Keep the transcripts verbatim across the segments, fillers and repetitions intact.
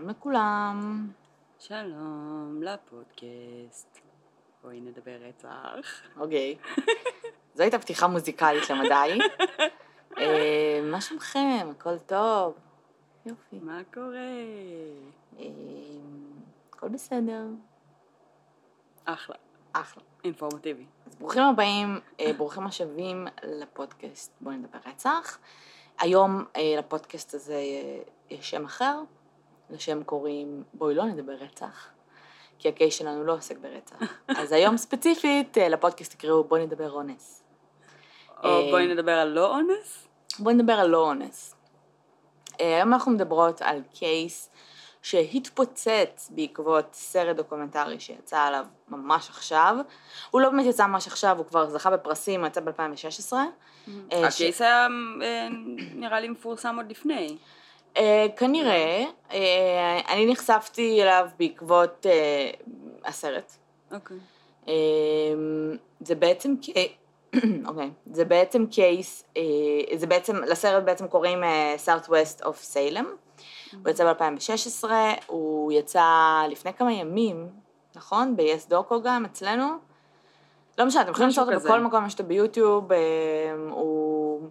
שלום לכולם. שלום לפודקאסט. בואי נדבר רצח. אוקיי. זו הייתה פתיחה מוזיקלית למדי. מה שלומכם? הכל טוב? יופי. מה קורה? הכל בסדר. אחלה. אחלה. אינפורמטיבי. אז ברוכים הבאים, ברוכים השבים לפודקאסט בואי נדבר רצח. היום לפודקאסט הזה יש שם אחר. לשם קוראים בואי לא נדבר רצח. כי הקייס שלנו לא עוסק ברצח. אז היום ספציפית לפודקאסט תקראו בואי נדבר אונס. או בואי נדבר על לא אונס? בואי נדבר על לא אונס. היום אנחנו מדברות על קייס שהתפוצץ בעקבות סרט דוקומנטרי שיצא עליו ממש עכשיו. הוא לא באמת יצא ממש עכשיו, הוא כבר זכה בפרסים, הוא יצא ב-אלפיים ושש עשרה. הקייס היה נראה לי מפורסם עוד לפני. כנראה, אני נחשפתי אליו בעקבות הסרט. אוקיי. זה בעצם אוקיי, זה בעצם קייס, זה בעצם, לסרט בעצם קוראים Southwest of Salem. הוא יצא ב-אלפיים ושש עשרה, הוא יצא לפני כמה ימים, נכון? ב-Yes דוקו גם אצלנו. לא משנה, אתם יכולים למצוא אותו בכל מקום, יש אותו ביוטיוב, הוא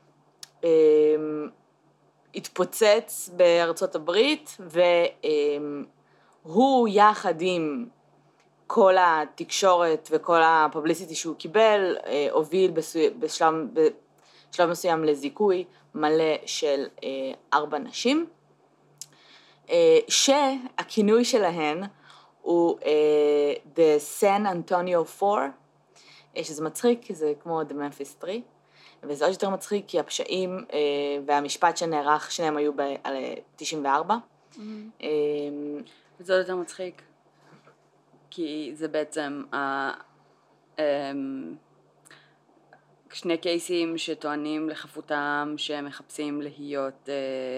התפוצץ בארצות הברית, והוא יחד עם כל התקשורת וכל הפובליסיטי שהוא קיבל, הוביל בשלב, בשלב מסוים לזיכוי מלא של ארבע נשים, שהכינוי שלהן הוא The San Antonio Four, שזה מצחיק, כי זה כמו The Memphis Three, וזה עוד יותר מצחיק, כי הפשעים והמשפט שנערך, שניהם היו ב-תשעים וארבע. וזה עוד יותר מצחיק. כי זה בעצם שני קייסים שטוענים לחפותם, שמחפשים להיות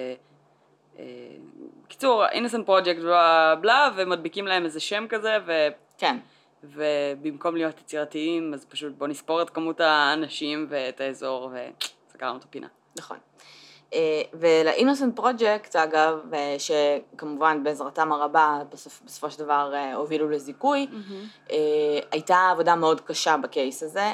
קיצור, innocent project ובלה, ומדביקים להם איזה שם כזה, כן. ובמקום להיות יצירתיים, אז פשוט בוא נספור את כמות האנשים ואת האזור, וסגרנו את הפינה. נכון. ול-Innocent Project, אגב, שכמובן בעזרתם הרבה בסופ, בסופו של דבר הובילו לזיכוי, mm-hmm. הייתה עבודה מאוד קשה בקייס הזה.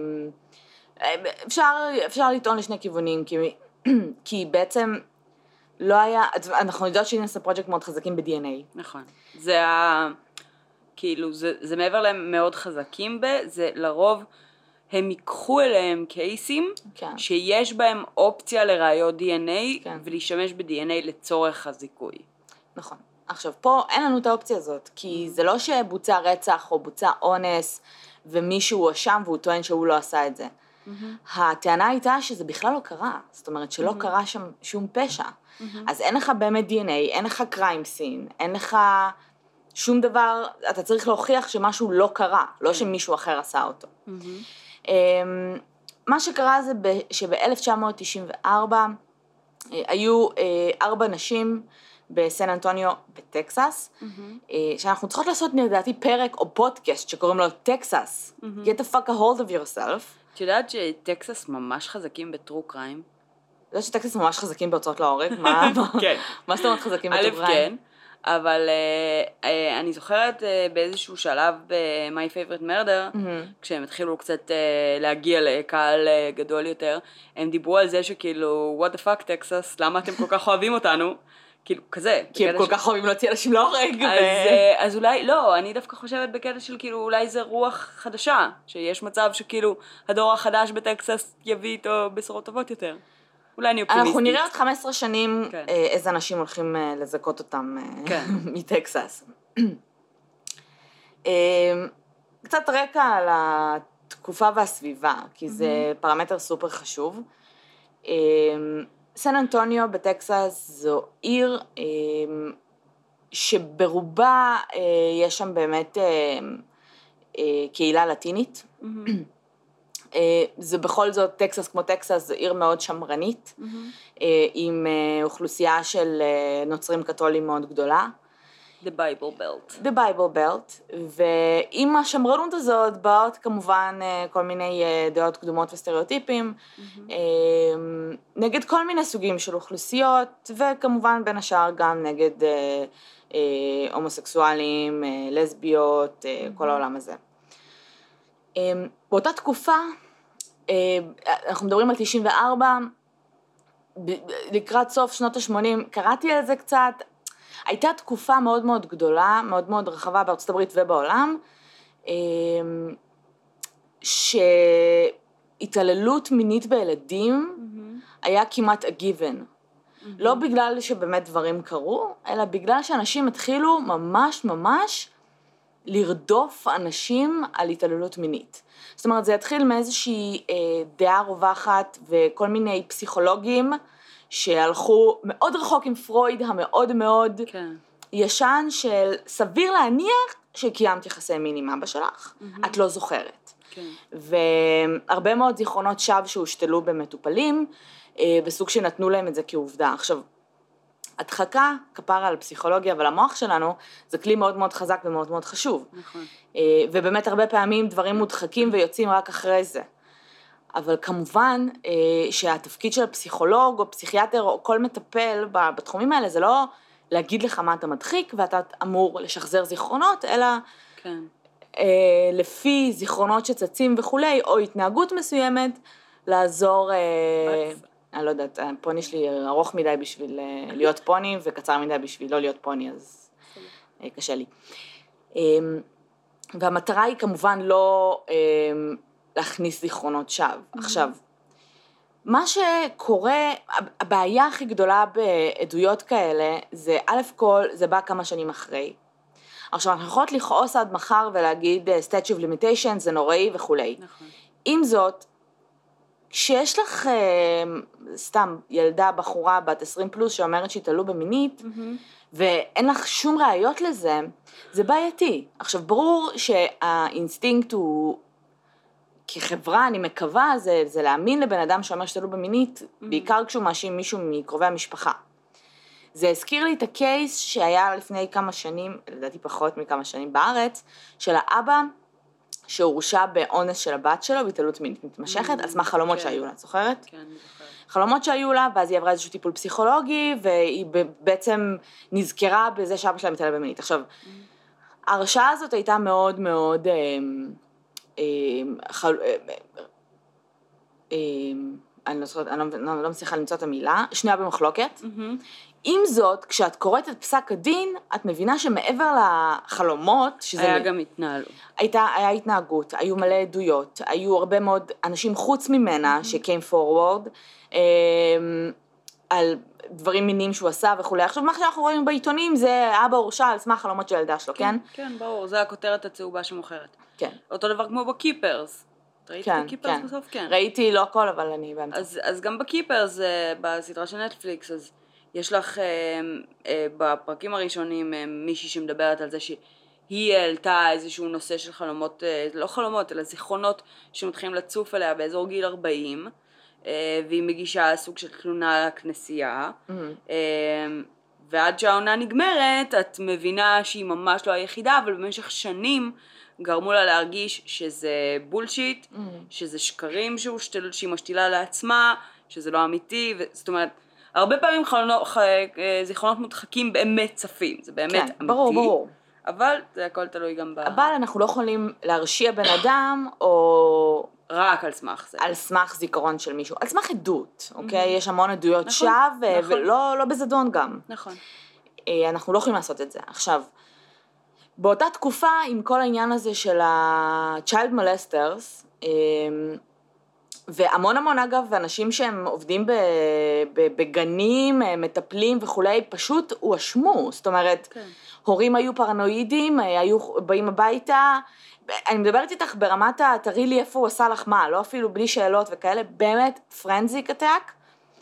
אפשר, אפשר לטעון לשני כיוונים, כי, כי בעצם לא היה, אנחנו יודעות ש-Innocent Project מאוד חזקים ב-די אן איי. נכון. זה ה... כאילו, זה, זה מעבר להם מאוד חזקים ב, זה לרוב... הם ייקחו אליהם קייסים כן. שיש בהם אופציה לראיות די אן איי כן. ולהשתמש ב-די אן איי לצורך הזיכוי. נכון. עכשיו, פה אין לנו את האופציה הזאת, כי mm-hmm. זה לא שבוצע רצח או בוצע אונס ומישהו אשם והוא טוען שהוא לא עשה את זה. Mm-hmm. הטענה הייתה שזה בכלל לא קרה, זאת אומרת שלא mm-hmm. קרה שם שום פשע. Mm-hmm. אז אין לך באמת די אן איי, אין לך קריים סין, אין לך שום דבר, אתה צריך להוכיח שמשהו לא קרה, לא שמישהו אחר עשה אותו. Mm-hmm. מה שקרה זה שב-אלף תשע מאות תשעים וארבע היו ארבע נשים בסן אנטוניו בטקסס, mm-hmm. שאנחנו צריכות לעשות לדעתי פרק או פודקאסט שקוראים לו טקסס. Mm-hmm. Get the fuck a hold of yourself. את יודעת שטקסס ממש חזקים בטרו קריים? את יודעת שטקסס ממש חזקים בהוצאות להורג? מה, כן. מה זאת אומרת חזקים בטרו קריים? אלף כן. אבל uh, uh, אני זוכרת uh, באיזשהו שלב ב-My Favorite Murder, mm-hmm. כשהם התחילו קצת uh, להגיע לקהל uh, גדול יותר, הם דיברו על זה שכאילו, what the fuck Texas, למה אתם כל כך אוהבים אותנו? כאילו, כזה. כי הם כל ש... כך אוהבים להוציא אנשים להורג. אז, ו... uh, אז אולי, לא, אני דווקא חושבת בקטע של כאילו, אולי זה רוח חדשה, שיש מצב שכאילו, הדור החדש בטקסס יביא איתו בשורות טובות יותר. אולי אני אופטימיסטית. אנחנו נראה עוד חמש עשרה שנים כן. איזה אנשים הולכים לזכות אותם כן. מטקסס. קצת רקע על התקופה והסביבה, כי זה mm-hmm. פרמטר סופר חשוב. סן אנטוניו בטקסס זו עיר שברובה יש שם באמת קהילה לטינית. Mm-hmm. זה בכל זאת, טקסס כמו טקסס, זו עיר מאוד שמרנית, mm-hmm. עם אוכלוסייה של נוצרים קתולים מאוד גדולה. The Bible Belt. The Bible Belt, ועם השמרנות הזאת באות כמובן כל מיני דעות קדומות וסטריאוטיפים, mm-hmm. נגד כל מיני סוגים של אוכלוסיות, וכמובן בין השאר גם נגד אה, אה, הומוסקסואלים, אה, לסביות, אה, mm-hmm. כל העולם הזה. אה, באותה תקופה, אה, אנחנו מדברים על תשעים וארבע, לקראת סוף שנות ה-שמונים, קראתי על זה קצת, הייתה תקופה מאוד מאוד גדולה, מאוד מאוד רחבה בארצות הברית ובעולם, שהתעללות מינית בילדים mm-hmm. היה כמעט a given. Mm-hmm. לא בגלל שבאמת דברים קרו, אלא בגלל שאנשים התחילו ממש ממש לרדוף אנשים על התעללות מינית. זאת אומרת, זה התחיל מאיזושהי אה, דעה רווחת וכל מיני פסיכולוגים, שהלכו מאוד רחוק עם פרויד המאוד מאוד כן. ישן של סביר להניח שקיימת יחסי מין עם אבא שלך, mm-hmm. את לא זוכרת. כן. והרבה מאוד זיכרונות שווא שהושתלו במטופלים, בסוג שנתנו להם את זה כעובדה. עכשיו, הדחקה, כפרה על פסיכולוגיה ועל המוח שלנו, זה כלי מאוד מאוד חזק ומאוד מאוד חשוב. נכון. ובאמת הרבה פעמים דברים מודחקים ויוצאים רק אחרי זה. אבל כמובן שהתפקיד של הפסיכולוג או פסיכיאטר או כל מטפל בתחומים האלה, זה לא להגיד לך מה אתה מדחיק ואתה אמור לשחזר זיכרונות, אלא כן. לפי זיכרונות שצצים וכולי, או התנהגות מסוימת, לעזור, אני לא יודעת, פוני שלי ארוך מדי בשביל להיות פוני, וקצר מדי בשביל לא להיות פוני, אז קשה לי. והמטרה היא כמובן לא להכניס זיכרונות שווא. Mm-hmm. עכשיו, מה שקורה, הבעיה הכי גדולה בעדויות כאלה, זה א' כל, זה בא כמה שנים אחרי. עכשיו, אנחנו יכולות לכעוס עד מחר ולהגיד statute of limitation, זה נוראי וכולי. נכון. עם זאת, כשיש לך סתם ילדה, בחורה, בת עשרים פלוס, שאומרת שהתעללו במינית, mm-hmm. ואין לך שום ראיות לזה, זה בעייתי. עכשיו, ברור שהאינסטינקט הוא, כחברה, אני מקווה, זה, זה להאמין לבן אדם שאומר שהתעללו במינית, mm-hmm. בעיקר כשהוא מאשים מישהו מקרובי המשפחה. זה הזכיר לי את הקייס שהיה לפני כמה שנים, לדעתי פחות מכמה שנים בארץ, של האבא שהורשע באונס של הבת שלו, בהתעללות מינית מתמשכת, mm-hmm. על סמך חלומות כן. שהיו לה, זוכרת? כן, זוכרת. חלומות שהיו לה, ואז היא עברה איזשהו טיפול פסיכולוגי, והיא בעצם נזכרה בזה שאבא שלה מתעלל במינית. עכשיו, mm-hmm. ההרשעה הזאת הייתה מאוד מאוד, אה, אה, חל... אה, אה, אני לא, אני לא, לא מצליחה למצוא את המילה, שנויה במחלוקת. Mm-hmm. עם זאת, כשאת קוראת את פסק הדין, את מבינה שמעבר לחלומות, שזה היה גם התנהלות. הייתה, היה התנהגות, היו מלא עדויות, היו הרבה מאוד אנשים חוץ ממנה, mm-hmm. שקיים פורוורד, אה, על דברים מינים שהוא עשה וכולי. עכשיו, מה שאנחנו רואים בעיתונים, זה אבא הורשע על סמך חלומות של ילדה שלו, כן? כן, ברור, זה הכותרת הצהובה שמוכרת. כן. אותו דבר כמו בקיפרס. ראיתי כן, את הקיפרס כן. בסוף? כן. ראיתי לא הכל, אבל אני באמצע. אז, אז גם בקיפרס, בסדרה של נטפליקס, אז יש לך אה, אה, בפרקים הראשונים אה, מישהי שמדברת על זה שהיא העלתה איזשהו נושא של חלומות, אה, לא חלומות, אלא זיכרונות שמתחילים לצוף עליה באזור גיל ארבעים, אה, והיא מגישה סוג של תלונה לכנסייה, mm-hmm. אה, ועד שהעונה נגמרת, את מבינה שהיא ממש לא היחידה, אבל במשך שנים גרמו לה להרגיש שזה בולשיט, mm-hmm. שזה שקרים שהושתל, שהיא משתילה לעצמה, שזה לא אמיתי, זאת אומרת, הרבה פעמים חלונות, זיכרונות מודחקים באמת צפים, זה באמת כן, אמיתי. ברור, ברור. אבל זה הכל תלוי גם ב... אבל אנחנו לא יכולים להרשיע בן אדם, או... רק על סמך זה. על סמך זיכרון של מישהו, על סמך עדות, אוקיי? יש המון עדויות נכון, שווא, נכון. ולא לא בזדון גם. נכון. אנחנו לא יכולים לעשות את זה. עכשיו, באותה תקופה, עם כל העניין הזה של ה-child molesters, והמון המון אגב, אנשים שהם עובדים בגנים, מטפלים וכולי, פשוט הואשמו, זאת אומרת, כן. הורים היו פרנואידים, היו באים הביתה, אני מדברת איתך ברמת תראי לי איפה הוא עשה לך מה, לא אפילו בלי שאלות וכאלה, באמת פרנזיק אטק,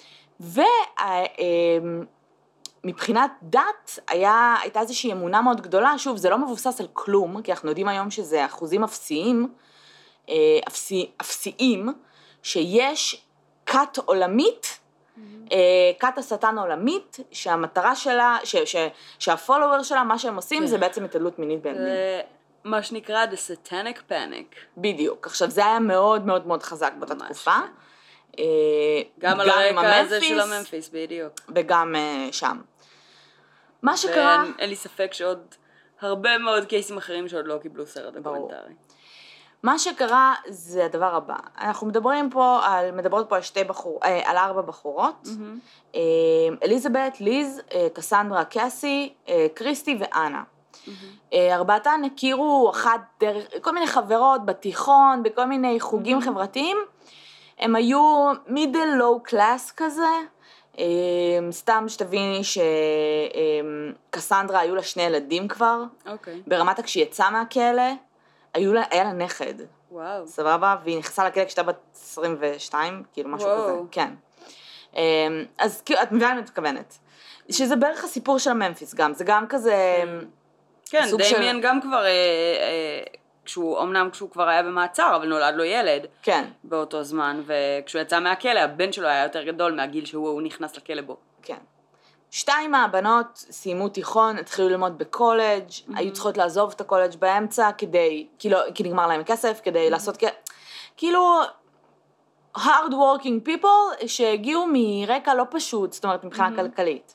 ומבחינת דת היה, הייתה איזושהי אמונה מאוד גדולה, שוב זה לא מבוסס על כלום, כי אנחנו יודעים היום שזה אחוזים אפסיים, אפסי, אפסיים, שיש כת עולמית כת השטן עולמית, שהמטרה שלה, ש, ש, שהפולוור שלה, מה שהם עושים זה בעצם התעללות מינית באלמים. מה שנקרא The Satanic Panic. בדיוק. עכשיו זה היה מאוד מאוד מאוד חזק באותה תקופה. גם על הרקע הזה של הממפיס, בדיוק. וגם שם. מה שקרה... ואין לי ספק שעוד הרבה מאוד קייסים אחרים שעוד לא קיבלו סרט דוקומנטרי. מה שקרה זה הדבר הבא. אנחנו מדברים פה על, מדברות פה על שתי בחור, על ארבע בחורות. אליזבת, ליז, קסנדרה, קאסי, קריסטי ואנה. ארבעתן הכירו אחת דרך, כל מיני חברות בתיכון, בכל מיני חוגים חברתיים. הם היו middle low class כזה. סתם שתביני שקסנדרה היו לה שני ילדים כבר. ברמת כשהיא יצאה מהכלא. היו לה, היה לה נכד. וואו. סבבה, והיא נכנסה לכלא כשהייתה בת עשרים ושתיים, כאילו משהו וואו. כזה. כן. אז כאילו, את מבינה מה את מתכוונת. שזה בערך הסיפור של הממפיס גם, זה גם כזה... כן, דמיין של... גם כבר, אה, אה, כשהוא, אמנם כשהוא כבר היה במעצר, אבל נולד לו ילד. כן. באותו זמן, וכשהוא יצא מהכלא, הבן שלו היה יותר גדול מהגיל שהוא נכנס לכלא בו. כן. שתיים מהבנות סיימו תיכון, התחילו ללמוד בקולג', mm-hmm. היו צריכות לעזוב את הקולג' באמצע, כדי, כאילו, כי נגמר להם כסף, כדי mm-hmm. לעשות, כאילו, hard working people, שהגיעו מרקע לא פשוט, זאת אומרת, מבחינה mm-hmm. כלכלית.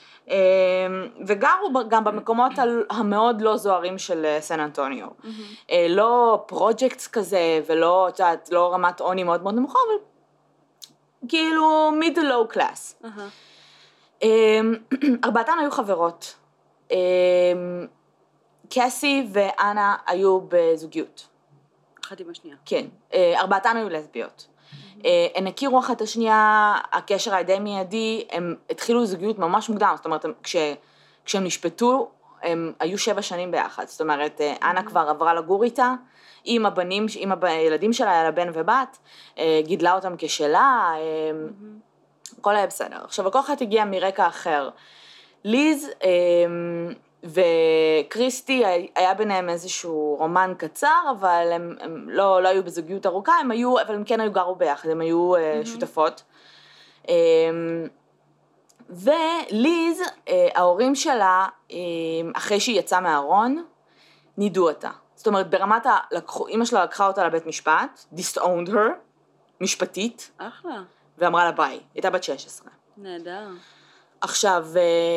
וגרו גם במקומות המאוד לא זוהרים של סן אנטוניו. Mm-hmm. לא פרוג'קטס כזה, ולא, את יודעת, לא רמת עוני מאוד מאוד נמוכה, אבל כאילו, middle low class. אהה. ארבעתן היו חברות. קאסי ואנה היו בזוגיות. אחת עם השנייה. כן, ארבעתן היו לסביות. הן הכירו אחת השנייה, הקשר היה די מיידי, הם התחילו זוגיות ממש מוקדם, זאת אומרת, כשהם נשפטו, הם היו שבע שנים ביחד, זאת אומרת, אנה כבר עברה לגור איתה, עם הבנים, עם הילדים שלה, היה לה בן ובת, גידלה אותם כשלה, הכל היה בסדר. עכשיו, הכל אחת הגיע מרקע אחר. ליז וקריסטי, היה ביניהם איזשהו רומן קצר, אבל הם, הם לא, לא היו בזוגיות ארוכה, הם היו, אבל הם כן היו גרו ביחד, הם היו mm-hmm. שותפות. וליז, ההורים שלה, אחרי שהיא יצאה מהארון, נידו אותה. זאת אומרת, ברמת, אמא שלה לקחה אותה לבית משפט, disowned her, משפטית. אחלה. ואמרה לה ביי, הייתה בת שש עשרה. נהדר. עכשיו,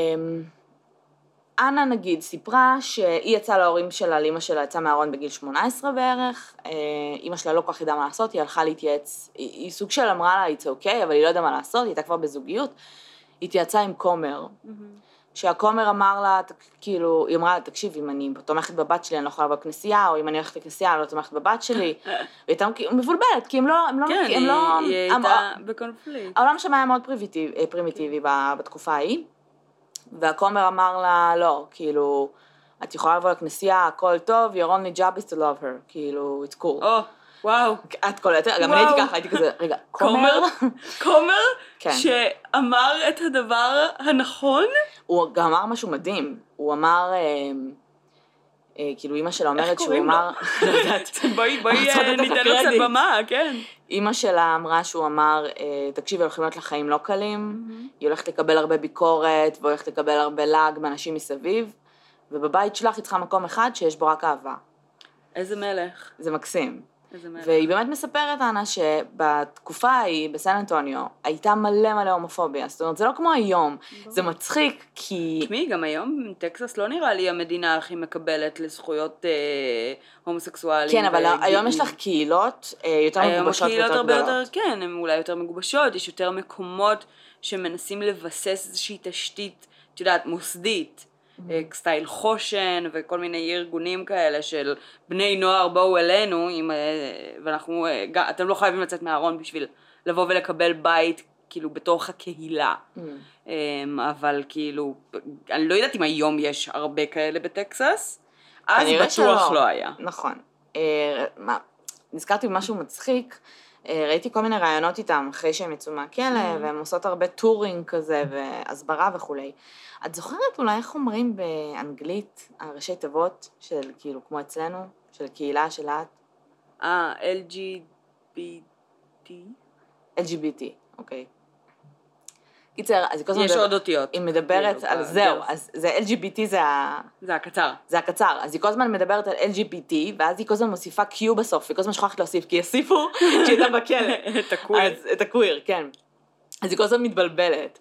אנה נגיד סיפרה שהיא יצאה להורים שלה, לאמא שלה יצאה מהארון בגיל שמונה עשרה בערך, אמא שלה לא כל כך ידעה מה לעשות, היא הלכה להתייעץ, היא סוג של אמרה לה, it's okay, אבל היא לא ידעה מה לעשות, היא הייתה כבר בזוגיות, היא התייעצה עם כומר, שהכומר אמר לה, כאילו, היא אמרה לה, תקשיב, אם אני תומכת בבת שלי, אני לא יכולה לבוא בכנסייה, או אם אני הולכת לכנסייה, אני לא תומכת בבת שלי, והיא הייתה מבולבלת, כי הם לא, הם לא, כן, הם לא, היא הייתה בקונפליקט. העולם שם היה מאוד פרימיטיבי בתקופה ההיא, והכומר אמר לה, לא, כאילו, את יכולה לבוא לכנסייה, הכל טוב, your only job is to love her, כאילו, it's cool. או, וואו. את קולטת, גם אני הייתי ככה, הייתי כזה, רגע, כומר? כומר? שאמר את הדבר הנכון? הוא גם אמר משהו מדהים, הוא אמר, כאילו, אמא שלה אומרת שהוא אמר, לא יודעת, בואי ניתן לו קצת במה, כן. אמא שלה אמרה שהוא אמר, תקשיבי, הולכים להיות לחיים לא קלים, היא הולכת לקבל הרבה ביקורת, והולכת לקבל הרבה לעג מאנשים מסביב, ובבית שלך היא צריכה מקום אחד שיש בו רק אהבה. איזה מלך. זה מקסים. איזה מלך. והיא באמת מספרת, אנה, שבתקופה ההיא, בסן אנטוניו, הייתה מלא מלא הומופוביה. זאת אומרת, זה לא כמו היום. זה מצחיק, כי... תשמעי, גם היום, טקסס לא נראה לי המדינה הכי מקבלת לזכויות אה, הומוסקסואליים. כן, אבל ו... היום יש לך קהילות אה, יותר מגובשות ויותר גדולות. היום הקהילות הרבה יותר, כן, הן אולי יותר מגובשות, יש יותר מקומות שמנסים לבסס איזושהי תשתית, את יודעת, מוסדית. סטייל חושן וכל מיני ארגונים כאלה של בני נוער בואו אלינו ואנחנו, אתם לא חייבים לצאת מהארון בשביל לבוא ולקבל בית כאילו בתוך הקהילה. אבל כאילו, אני לא יודעת אם היום יש הרבה כאלה בטקסס, אז בטוח לא היה. נכון. נזכרתי במשהו מצחיק, ראיתי כל מיני רעיונות איתם אחרי שהם יצאו מהכלא, והם עושות הרבה טורינג כזה והסברה וכולי. את זוכרת אולי איך אומרים באנגלית, הראשי תיבות של כאילו כמו אצלנו, של קהילה של את? אה, אל ג'י בי טי? אל ג'י בי טי, אוקיי. קיצר, אז היא כל הזמן... יש עוד אותיות. היא מדברת על זהו, אז זה אל ג'י בי טי זה ה... זה הקצר. זה הקצר, אז היא כל הזמן מדברת על אל ג'י בי טי, ואז היא כל הזמן מוסיפה Q בסוף, היא כל הזמן שוכחת להוסיף, כי יוסיפו שהיא הייתה בכלא. את הקוויר. את הקוויר, כן. אז היא כל הזמן מתבלבלת.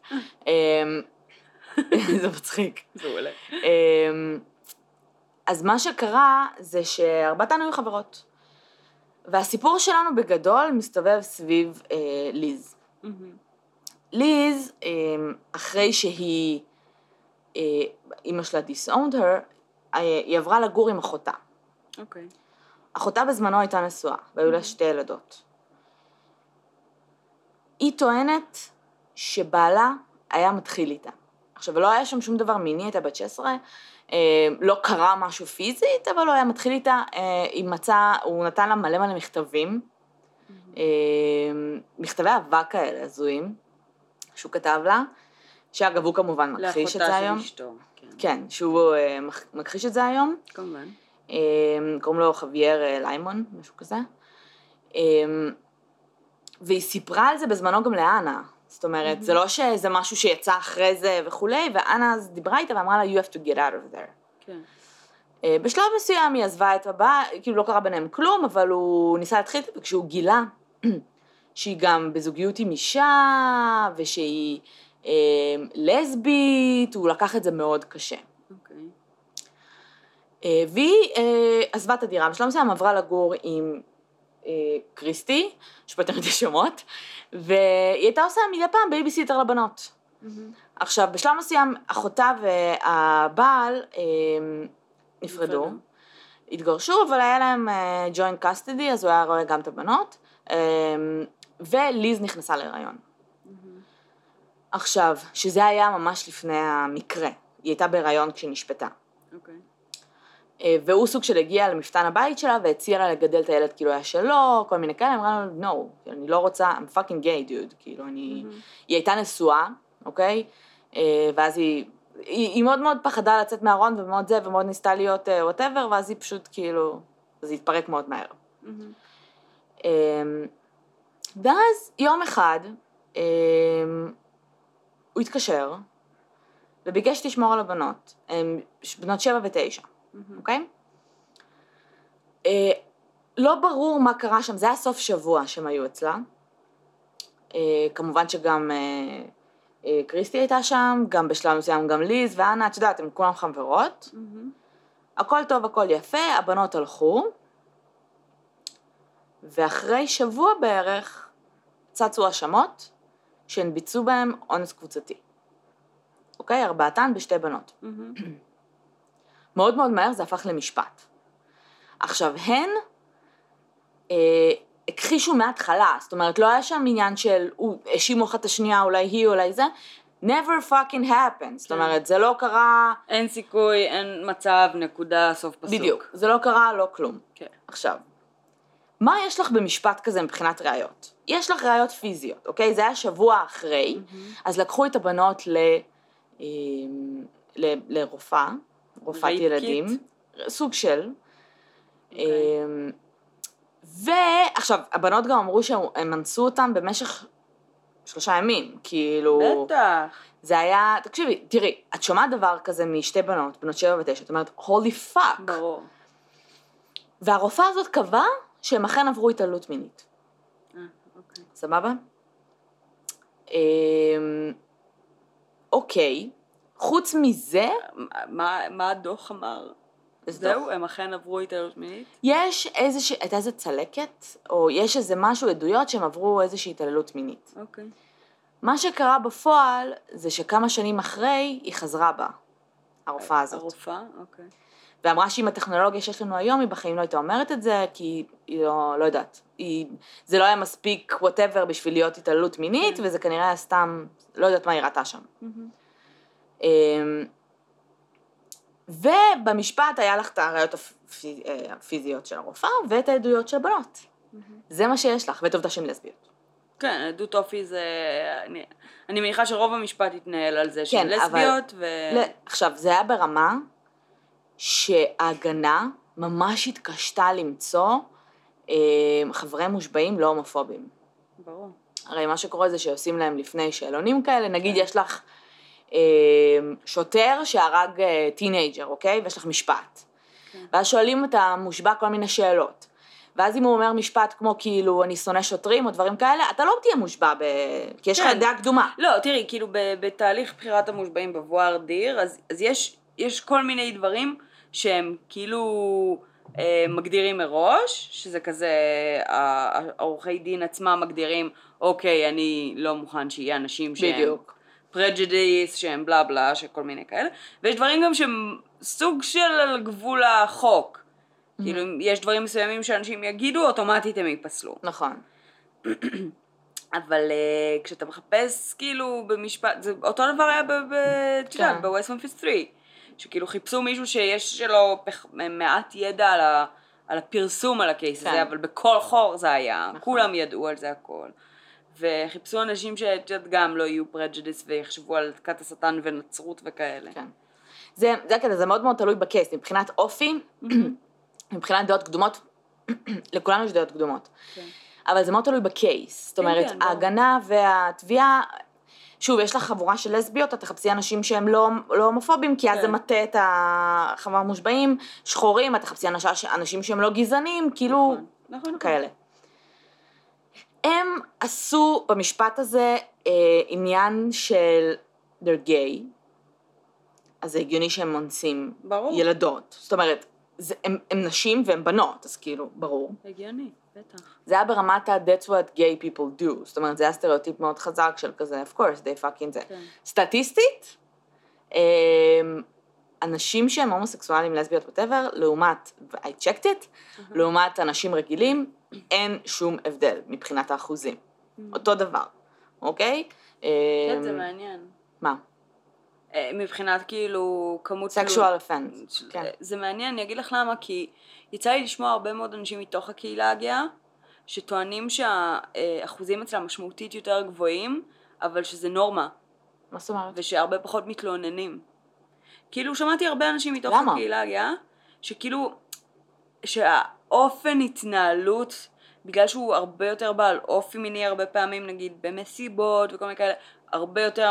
זה מצחיק. זה עולה. אז מה שקרה זה שארבעתן היו חברות. והסיפור שלנו בגדול מסתובב סביב ליז. ליז, אחרי שהיא, אמא שלה disowned her, היא עברה לגור עם אחותה. אוקיי. אחותה בזמנו הייתה נשואה, והיו לה שתי ילדות. היא טוענת שבעלה היה מתחיל איתה. עכשיו, לא היה שם שום דבר מיני, הייתה בת שש עשרה, לא קרה משהו פיזית, אבל לא היה מתחיל איתה, היא מצאה, הוא נתן לה מלא מלא מכתבים, מכתבי אהבה כאלה, הזויים, שהוא כתב לה, שאגב הוא כמובן מכחיש את זה היום. לאחותה של אשתו. כן, שהוא מכחיש את זה היום. כמובן. קוראים לו חווייר ליימון, משהו כזה. והיא סיפרה על זה בזמנו גם לאנה. זאת אומרת, זה לא שזה משהו שיצא אחרי זה וכולי, ואנה אז דיברה איתה ואמרה לה, you have to get out of there. כן. בשלב מסוים היא עזבה את הבא, כאילו לא קרה ביניהם כלום, אבל הוא ניסה להתחיל את זה, וכשהוא גילה שהיא גם בזוגיות עם אישה, ושהיא אה, לסבית, הוא לקח את זה מאוד קשה. אוקיי. אה, והיא אה, עזבה את הדירה, בשלב מסוים עברה לגור עם אה, קריסטי, שפתר את השמות, והיא הייתה עושה מדי פעם בייביסיטר לבנות. Mm-hmm. עכשיו, בשלב מסוים, אחותה והבעל אה, נפרדו, התגרשו, אבל היה להם ג'וינט קסטדי, אז הוא היה רואה גם את הבנות, וליז נכנסה להיריון. עכשיו, שזה היה ממש לפני המקרה, היא הייתה בהיריון כשהיא נשפטה. והוא סוג של הגיע למפתן הבית שלה, והציע לה לגדל את הילד כאילו היה שלו, כל מיני כאלה, אמרה לו, no, אני לא רוצה, I'm fucking gay, dude, כאילו, אני... היא הייתה נשואה, אוקיי? ואז היא... היא, היא מאוד מאוד פחדה לצאת מהארון ומאוד זה, ומאוד ניסתה להיות uh, whatever, ואז היא פשוט כאילו, אז היא התפרק מאוד מהר. Mm-hmm. Um, ואז יום אחד, um, הוא התקשר, וביקש לשמור על הבנות, um, בנות שבע ותשע, אוקיי? Mm-hmm. Okay? Uh, לא ברור מה קרה שם, זה היה סוף שבוע שהם היו אצלה, uh, כמובן שגם... Uh, קריסטי הייתה שם, גם בשלב מסוים גם ליז ואנה, את יודעת, הם כולם חברות. Mm-hmm. הכל טוב, הכל יפה, הבנות הלכו, ואחרי שבוע בערך צצו השמות, שהן ביצעו בהם אונס קבוצתי. אוקיי? ארבעתן בשתי בנות. Mm-hmm. מאוד מאוד מהר זה הפך למשפט. עכשיו, הן... אה, הכחישו מההתחלה, זאת אומרת, לא היה שם עניין של, הוא האשימו אחת השנייה, אולי היא, אולי זה, never fucking happened, זאת אומרת, זה לא קרה... אין סיכוי, אין מצב, נקודה, סוף פסוק. בדיוק, זה לא קרה, לא כלום. כן. עכשיו, מה יש לך במשפט כזה מבחינת ראיות? יש לך ראיות פיזיות, אוקיי? זה היה שבוע אחרי, אז לקחו את הבנות ל... לרופאה, רופאת ילדים, סוג של... ועכשיו, הבנות גם אמרו שהם אנסו אותם במשך שלושה ימים, כאילו... בטח. זה היה, תקשיבי, תראי, את שומעת דבר כזה משתי בנות, בנות שבע ותשע, את אומרת, holy fuck. ברור. והרופאה הזאת קבעה שהם אכן עברו התעללות מינית. אה, אוקיי. סבבה? אוקיי, חוץ מזה... מה, מה הדוח אמר? זהו, הם אכן עברו התעללות מינית? יש איזושהי, הייתה איזה צלקת, או יש איזה משהו, עדויות שהם עברו איזושהי התעללות מינית. אוקיי. מה שקרה בפועל, זה שכמה שנים אחרי, היא חזרה בה, הרופאה הזאת. הרופאה? אוקיי. ואמרה שעם הטכנולוגיה שיש לנו היום, היא בחיים לא הייתה אומרת את זה, כי היא לא, לא יודעת. היא, זה לא היה מספיק whatever בשביל להיות התעללות מינית, וזה כנראה היה סתם, לא יודעת מה היא ראתה שם. ובמשפט היה לך את הראיות הפיזיות של הרופאה, ואת העדויות של הבנות. זה מה שיש לך, ואת עובדה שהן לסביות. כן, עדות אופי זה... אני, אני מניחה שרוב המשפט יתנהל על זה שהן לסביות ו... עכשיו, זה היה ברמה שההגנה ממש התקשתה למצוא אה, חברי מושבעים לא הומופובים. ברור. הרי מה שקורה זה שעושים להם לפני שאלונים כאלה, נגיד יש לך אה, שוטר שהרג אה, טינג'ר, אוקיי? ויש לך משפט. כן. ואז שואלים את המושבע כל מיני שאלות. ואז אם הוא אומר משפט כמו כאילו אני שונא שוטרים או דברים כאלה, אתה לא תהיה מושבע, ב... כי יש לך כן. דעה קדומה. לא, תראי, כאילו בתהליך בחירת המושבעים בבואר דיר, אז, אז יש, יש כל מיני דברים שהם כאילו אה, מגדירים מראש, שזה כזה, העורכי דין עצמם מגדירים, אוקיי, אני לא מוכן שיהיה אנשים שהם... בדיוק. פרג'דיס, שהם בלה בלה, שכל מיני כאלה, ויש דברים גם שהם סוג של גבול החוק. כאילו, יש דברים מסוימים שאנשים יגידו, אוטומטית הם ייפסלו. נכון. אבל uh, כשאתה מחפש, כאילו, במשפט, זה אותו דבר היה ב-West Memphis שלוש, שכאילו חיפשו מישהו שיש שלו פח, מעט ידע על, ה, על הפרסום על הקייס הזה, אבל בכל חור זה היה, כולם ידעו על זה הכל. וחיפשו אנשים שגם לא יהיו פרג'דיס ויחשבו על כת השטן ונצרות וכאלה. כן. זה, זה כזה, זה מאוד מאוד תלוי בקייס, מבחינת אופי, מבחינת דעות קדומות, לכולנו יש דעות קדומות. אבל זה מאוד תלוי בקייס, זאת אומרת, ההגנה והתביעה, שוב, יש לך חבורה של לסביות, אתה תחפשי אנשים שהם לא, לא הומופובים, כי אז זה מטה את החברה מושבעים, שחורים, אתה תחפשי אנשים שהם לא גזענים, כאילו, כאלה. הם עשו במשפט הזה אה, עניין של they're gay, אז זה הגיוני שהם מונסים ברור. ילדות. זאת אומרת, זה, הם, הם נשים והם בנות, אז כאילו, ברור. הגיוני, בטח. זה היה ברמת ה-that's what gay people do, זאת אומרת, זה היה סטריאוטיפ מאוד חזק של כזה, of course, they fucking זה. כן. סטטיסטית, אה, אנשים שהם הומוסקסואלים, לסביות, whatever, לעומת, I checked it, uh-huh. לעומת אנשים רגילים, אין שום הבדל מבחינת האחוזים. Mm. אותו דבר, אוקיי? כן, זה מעניין. מה? מבחינת כאילו כמות... sexual offense. כן. זה מעניין, אני אגיד לך למה, כי יצא לי לשמוע הרבה מאוד אנשים מתוך הקהילה הגאה, שטוענים שהאחוזים אצלם משמעותית יותר גבוהים, אבל שזה נורמה. מה זאת אומרת? ושהרבה פחות מתלוננים. כאילו שמעתי הרבה אנשים מתוך למה? הקהילה הגאה, שכאילו, שהאופן התנהלות, בגלל שהוא הרבה יותר בעל אופי מיני הרבה פעמים, נגיד במסיבות וכל מיני כאלה, הרבה יותר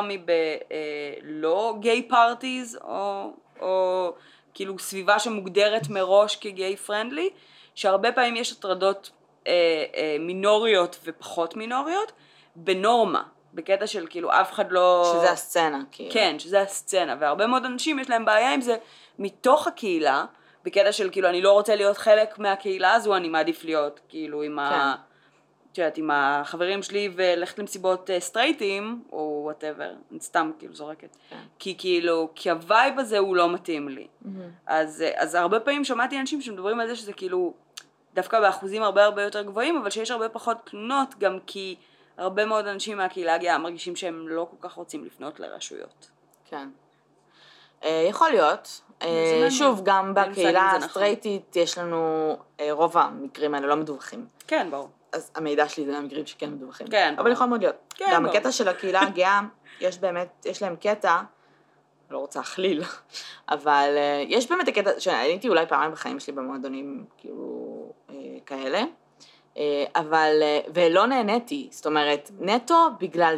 מב-לא גיי פארטיז, או, או כאילו סביבה שמוגדרת מראש כגיי פרנדלי, שהרבה פעמים יש הטרדות אה, אה, מינוריות ופחות מינוריות, בנורמה, בקטע של כאילו אף אחד לא... שזה הסצנה, כאילו. כן, שזה הסצנה, והרבה מאוד אנשים יש להם בעיה עם זה מתוך הקהילה, בקטע של כאילו אני לא רוצה להיות חלק מהקהילה הזו, אני מעדיף להיות כאילו עם, כן. ה... יודעת, עם החברים שלי ולכת למסיבות סטרייטים, או whatever, סתם כאילו זורקת. כן. כי כאילו, כי הווייב הזה הוא לא מתאים לי. Mm-hmm. אז, אז הרבה פעמים שמעתי אנשים שמדברים על זה שזה כאילו, דווקא באחוזים הרבה הרבה יותר גבוהים, אבל שיש הרבה פחות תלונות, גם כי הרבה מאוד אנשים מהקהילה הגאה מרגישים שהם לא כל כך רוצים לפנות לרשויות. כן. יכול להיות. שוב, גם בקהילה הסטרייטית יש לנו רוב המקרים האלה לא מדווחים. כן, ברור. אז המידע שלי זה מהמקרים שכן מדווחים. כן, אבל יכול מאוד להיות. כן, גם ברור. הקטע של הקהילה הגאה, יש באמת, יש להם קטע, לא רוצה להכליל, אבל יש באמת הקטע, שהייתי אולי פעמיים בחיים שלי במועדונים, כאילו, כאלה, אבל, ולא נהניתי, זאת אומרת, נטו בגלל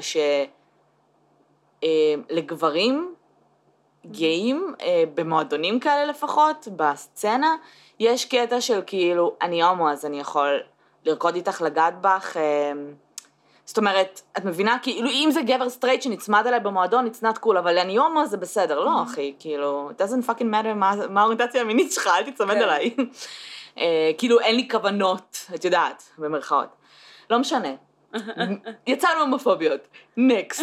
שלגברים, גאים, במועדונים כאלה לפחות, בסצנה, יש קטע של כאילו, אני הומו, אז אני יכול לרקוד איתך, לגעת בך, זאת אומרת, את מבינה, כאילו, אם זה גבר סטרייט שנצמד עליי במועדון, it's not cool, אבל אני הומו, זה בסדר, לא אחי, כאילו, it doesn't fucking matter מה האוריינטציה המינית שלך, אל תצמד עליי. כאילו, אין לי כוונות, את יודעת, במרכאות. לא משנה. יצאנו הומופוביות. נקסט.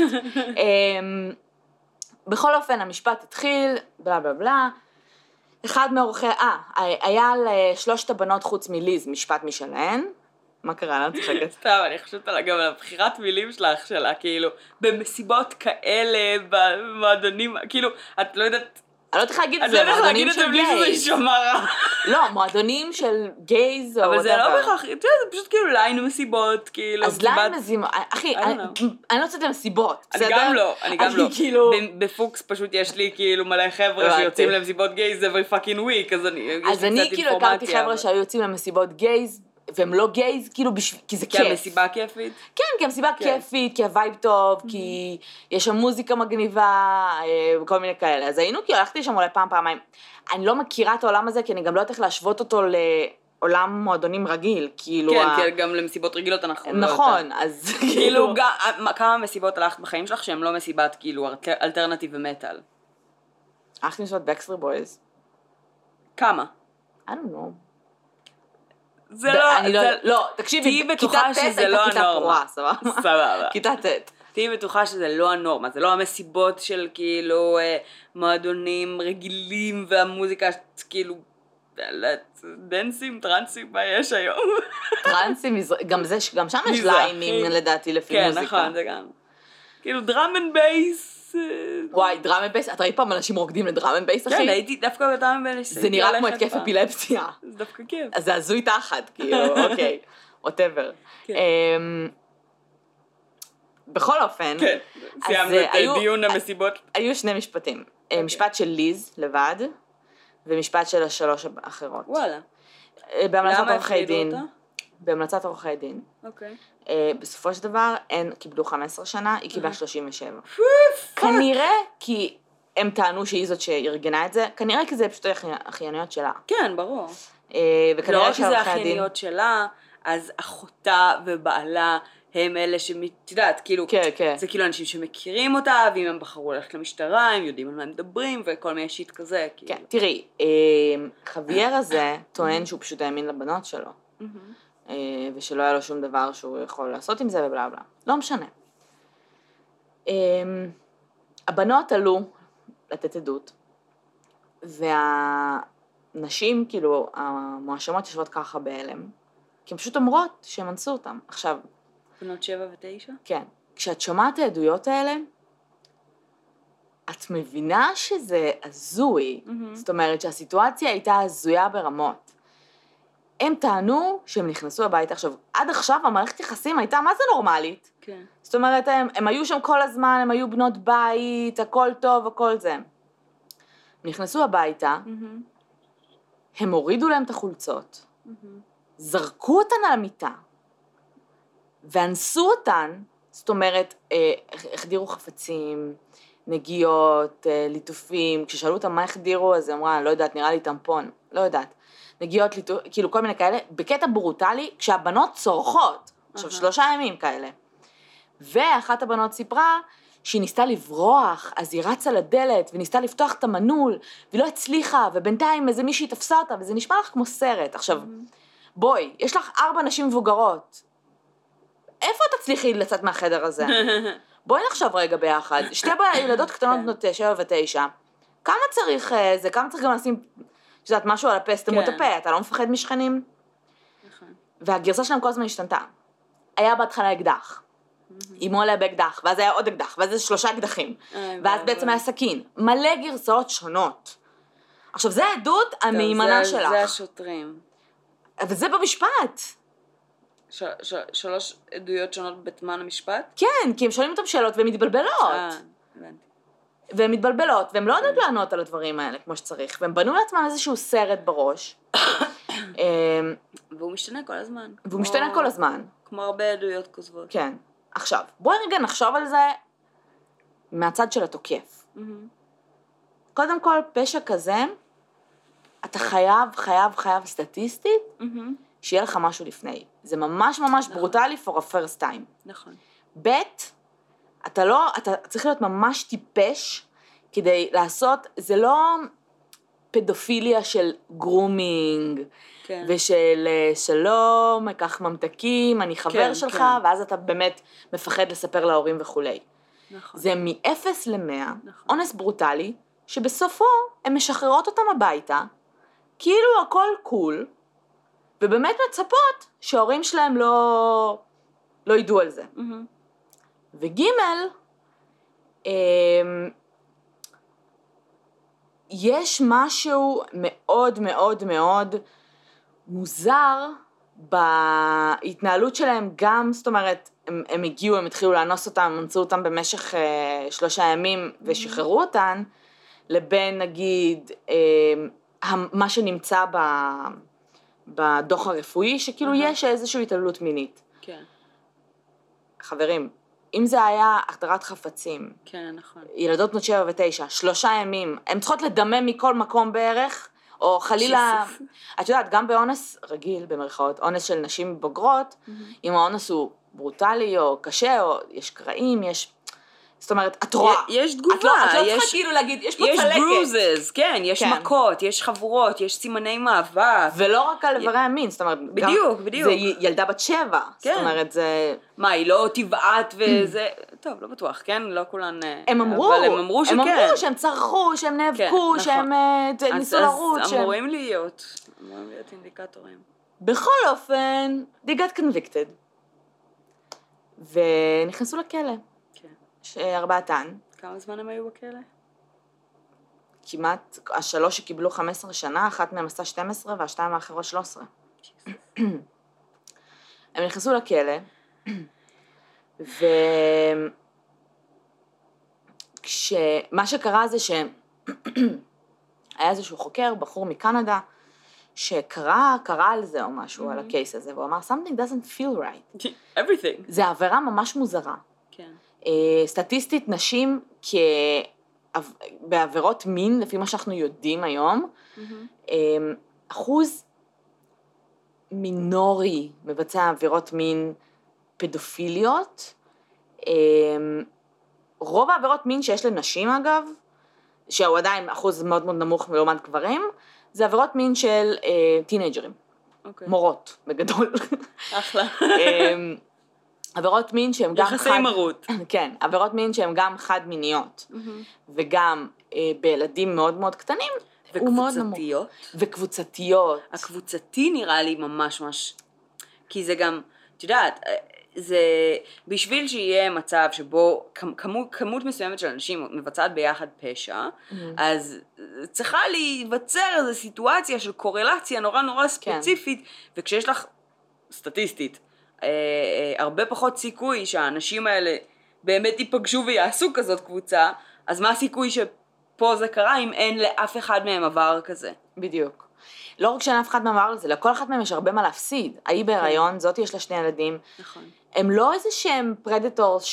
בכל אופן, המשפט התחיל, בלה בלה בלה, אחד מעורכי, אה, היה לשלושת הבנות חוץ מליז משפט משלהן, מה קרה? אני צוחקת. סתם, אני חושבת על גם על הבחירת מילים שלך שלה, כאילו, במסיבות כאלה, במועדונים, כאילו, את לא יודעת... אני לא צריכה להגיד את זה, מועדונים של גייז. אני לא יודעת להגיד את זה בלי שזה יישמע רע. לא, מועדונים של גייז או... אבל זה לא בהכרח, זה פשוט כאילו ליין ומסיבות, כאילו... אז ליין מזימות, אחי, אני לא יוצאת למסיבות, בסדר? אני גם לא, אני גם לא. בפוקס פשוט יש לי כאילו מלא חבר'ה שיוצאים למסיבות גייז every fucking week, אז אני... אז אני כאילו הכרתי חבר'ה שהיו יוצאים למסיבות גייז, והם לא גייז, כאילו, בשביל, כי זה כי כיף. כי המסיבה כיפית? כן, כי המסיבה כן. כיפית, כי הווייב טוב, mm-hmm. כי יש שם מוזיקה מגניבה, וכל מיני כאלה. אז היינו, כי הלכתי שם אולי פעם, פעמיים. אני לא מכירה את העולם הזה, כי אני גם לא יודעת איך להשוות אותו לעולם מועדונים רגיל, כאילו... כן, ה... כי גם למסיבות רגילות אנחנו נכון, לא יודעת. אז כאילו... גם, כמה מסיבות הלכת בחיים שלך שהן לא מסיבת, כאילו, אלטרנטיב ומטל? הלכתי מסיבות בקסטריט בויז. כמה? I don't know. זה לא... אני לא... לא, תקשיבי, כיתה ט' הייתה כיתה פרועה, סבבה? סבבה. כיתה ט'. תהיי בטוחה שזה לא הנורמה, זה לא המסיבות של כאילו מועדונים רגילים והמוזיקה כאילו דנסים, טרנסים, מה יש היום? טרנסים, גם שם יש ליינים לדעתי לפי מוזיקה. כן, נכון, זה גם. כאילו דראם אנד בייס. וואי, דראם אנד בייס, את ראית פעם אנשים רוקדים לדראם אנד בייס, אחי? כן, הייתי דווקא בדראם אנד בייס. זה נראה כמו התקף אפילפסיה. זה דווקא כיף. אז זה הזוי תחת, כאילו, אוקיי, whatever. בכל אופן, כן, סיימנו את דיון המסיבות. היו שני משפטים, משפט של ליז לבד, ומשפט של השלוש האחרות. וואלה. בהמלצת עורכי דין. בהמלצת עורכי דין. אוקיי. בסופו של דבר, הן קיבלו חמש עשרה שנה, היא קיבלה שלושים ושבע. כנראה, כי הם טענו שהיא זאת שארגנה את זה, כנראה כי זה פשוט האחייניות שלה. כן, ברור. וכנראה לא רק שזה האחייניות שלה, אז אחותה ובעלה הם אלה שמתדעת, כאילו, כן, כן. זה כאילו אנשים שמכירים אותה, ואם הם בחרו ללכת למשטרה, הם יודעים על מה הם מדברים, וכל מיני שיט כזה. כן, תראי, חווייר הזה טוען שהוא פשוט האמין לבנות שלו, ושלא היה לו שום דבר שהוא יכול לעשות עם זה ובלה בלה. לא משנה. הבנות עלו לתת עדות, והנשים, כאילו, המואשמות יושבות ככה בהלם, כי הן פשוט אומרות שהן אנסו אותם. עכשיו, בנות שבע ותשע? כן. כשאת שומעת העדויות האלה, את מבינה שזה הזוי. Mm-hmm. זאת אומרת שהסיטואציה הייתה הזויה ברמות. הם טענו שהם נכנסו הביתה. עכשיו, עד עכשיו המערכת יחסים הייתה מה זה נורמלית. כן. זאת אומרת, הם, הם היו שם כל הזמן, הם היו בנות בית, הכל טוב, הכל זה. נכנסו הביתה, mm-hmm. הם הורידו להם את החולצות, mm-hmm. זרקו אותן על המיטה, ואנסו אותן, זאת אומרת, החדירו חפצים, נגיעות, ליטופים, כששאלו אותם מה החדירו, אז היא אמרה, לא יודעת, נראה לי טמפון, לא יודעת, נגיעות, ליטופ, כאילו כל מיני כאלה, בקטע ברוטלי, כשהבנות צורכות, עכשיו שלושה ימים כאלה, ואחת הבנות סיפרה, שהיא ניסתה לברוח, אז היא רצה לדלת, וניסתה לפתוח את המנעול, והיא לא הצליחה, ובינתיים איזה מישהי תפסה אותה, וזה נשמע לך כמו סרט. עכשיו, בואי, יש לך ארבע נשים מבוגרות, איפה תצליחי לצאת מהחדר הזה? בואי נחשוב רגע ביחד. שתי ילדות קטנות בנות שבע ותשע. כמה צריך זה? כמה צריך גם לשים, שזאת משהו על הפה, סתמו את הפה, אתה לא מפחד משכנים? והגרסה שלהם כל הזמן השתנתה. היה בהתחלה אקדח. אימו עליה באקדח, ואז היה עוד אקדח, ואז זה שלושה אקדחים. ואז בעצם היה סכין. מלא גרסאות שונות. עכשיו, זה העדות המהימנה שלך. זה השוטרים. אבל זה במשפט. ש- ש- שלוש עדויות שונות בתמן המשפט? כן, כי הם שואלים אותם שאלות והן מתבלבלות. אה, הבנתי. והן מתבלבלות, והן לא יודעות לענות על הדברים האלה כמו שצריך, והם בנו לעצמם איזשהו סרט בראש. והוא משתנה כל הזמן. והוא משתנה כל הזמן. כמו הרבה עדויות כוזבות. כן. עכשיו, בואי רגע נחשוב על זה מהצד של התוקף. קודם כל, פשע כזה, אתה חייב, חייב, חייב סטטיסטית, שיהיה לך משהו לפני. זה ממש ממש נכון. ברוטלי for a first time. נכון. ב', אתה לא, אתה צריך להיות ממש טיפש כדי לעשות, זה לא פדופיליה של גרומינג, כן. ושל שלום, כך ממתקים, אני חבר כן, שלך, כן. ואז אתה באמת מפחד לספר להורים וכולי. נכון. זה מ-אפס ל-מאה, נכון. אונס ברוטלי, שבסופו הן משחררות אותם הביתה, כאילו הכל קול, ובאמת מצפות שההורים שלהם לא, לא ידעו על זה. Mm-hmm. וגימל, אה, יש משהו מאוד מאוד מאוד מוזר בהתנהלות שלהם גם, זאת אומרת, הם, הם הגיעו, הם התחילו לאנוס אותם, הם נמצאו אותם במשך אה, שלושה ימים ושחררו אותן, לבין נגיד אה, מה שנמצא ב... בדוח הרפואי, שכאילו אהה. יש איזושהי התעללות מינית. כן. חברים, אם זה היה החדרת חפצים, כן, נכון. ילדות בנות שבע ותשע, שלושה ימים, הן צריכות לדמם מכל מקום בערך, או חלילה, Jesus. את יודעת, גם באונס רגיל, במרכאות, אונס של נשים בוגרות, אם האונס הוא ברוטלי או קשה, או יש קרעים, יש... זאת אומרת, את רואה. יש תגובה, את לא, את לא יש, צריכה כאילו להגיד, יש פה יש צלקת. ברוזס, כן, יש כן. מכות, יש חבורות, יש סימני מאבק. ולא רק על איברי המין, זאת אומרת, בדיוק, גם, בדיוק. זה י- ילדה בת שבע, כן. זאת אומרת, זה... מה, היא לא טבעת וזה, טוב, לא בטוח, כן? לא כולן... הם אמרו, אבל הם אמרו שכן. הם אמרו שהם צרחו, שהם נאבקו, כן, שהם נכון. אה, ניסו אז, לרוץ. אז שהם... אמורים להיות, אמורים להיות אינדיקטורים. בכל אופן, they got convicted. ונכנסו לכלא, כן. שארבעתן. כמה זמן הם היו בכלא? כמעט, השלוש שקיבלו חמש עשרה שנה, אחת מהם עשתה שתים עשרה והשתיים האחרות שלוש עשרה. הם נכנסו לכלא, וכשמה שקרה זה שהיה איזשהו חוקר, בחור מקנדה, שקרא, קרא על זה או משהו, על הקייס הזה, והוא אמר, something doesn't feel right. everything. זה עבירה ממש מוזרה. כן. סטטיסטית, נשים כ... בעבירות מין, לפי מה שאנחנו יודעים היום, אחוז מינורי מבצע עבירות מין פדופיליות. רוב העבירות מין שיש לנשים אגב, שהוא עדיין אחוז מאוד מאוד נמוך לעומת גברים, זה עבירות מין של טינג'רים, אוקיי. מורות בגדול. אחלה. עבירות מין שהן גם יחסי מרות. כן, עבירות מין שהן גם חד מיניות, וגם אה, בילדים מאוד מאוד קטנים, הוא מאוד נמוך. וקבוצתיות? וקבוצתיות. הקבוצתי נראה לי ממש ממש, כי זה גם, את יודעת, זה בשביל שיהיה מצב שבו כמות, כמות מסוימת של אנשים מבצעת ביחד פשע, mm-hmm. אז צריכה להיווצר איזו סיטואציה של קורלציה נורא נורא ספציפית, כן. וכשיש לך סטטיסטית, אה, אה, הרבה פחות סיכוי שהאנשים האלה באמת ייפגשו ויעשו כזאת קבוצה, אז מה הסיכוי שפה זה קרה אם אין לאף אחד מהם עבר כזה? בדיוק. לא רק שאין אף אחד מהם עבר לזה, לכל אחד מהם יש הרבה מה להפסיד. ההיא בהיריון, כן. זאת יש לה שני ילדים. נכון. הם לא איזה שהם פרדטורס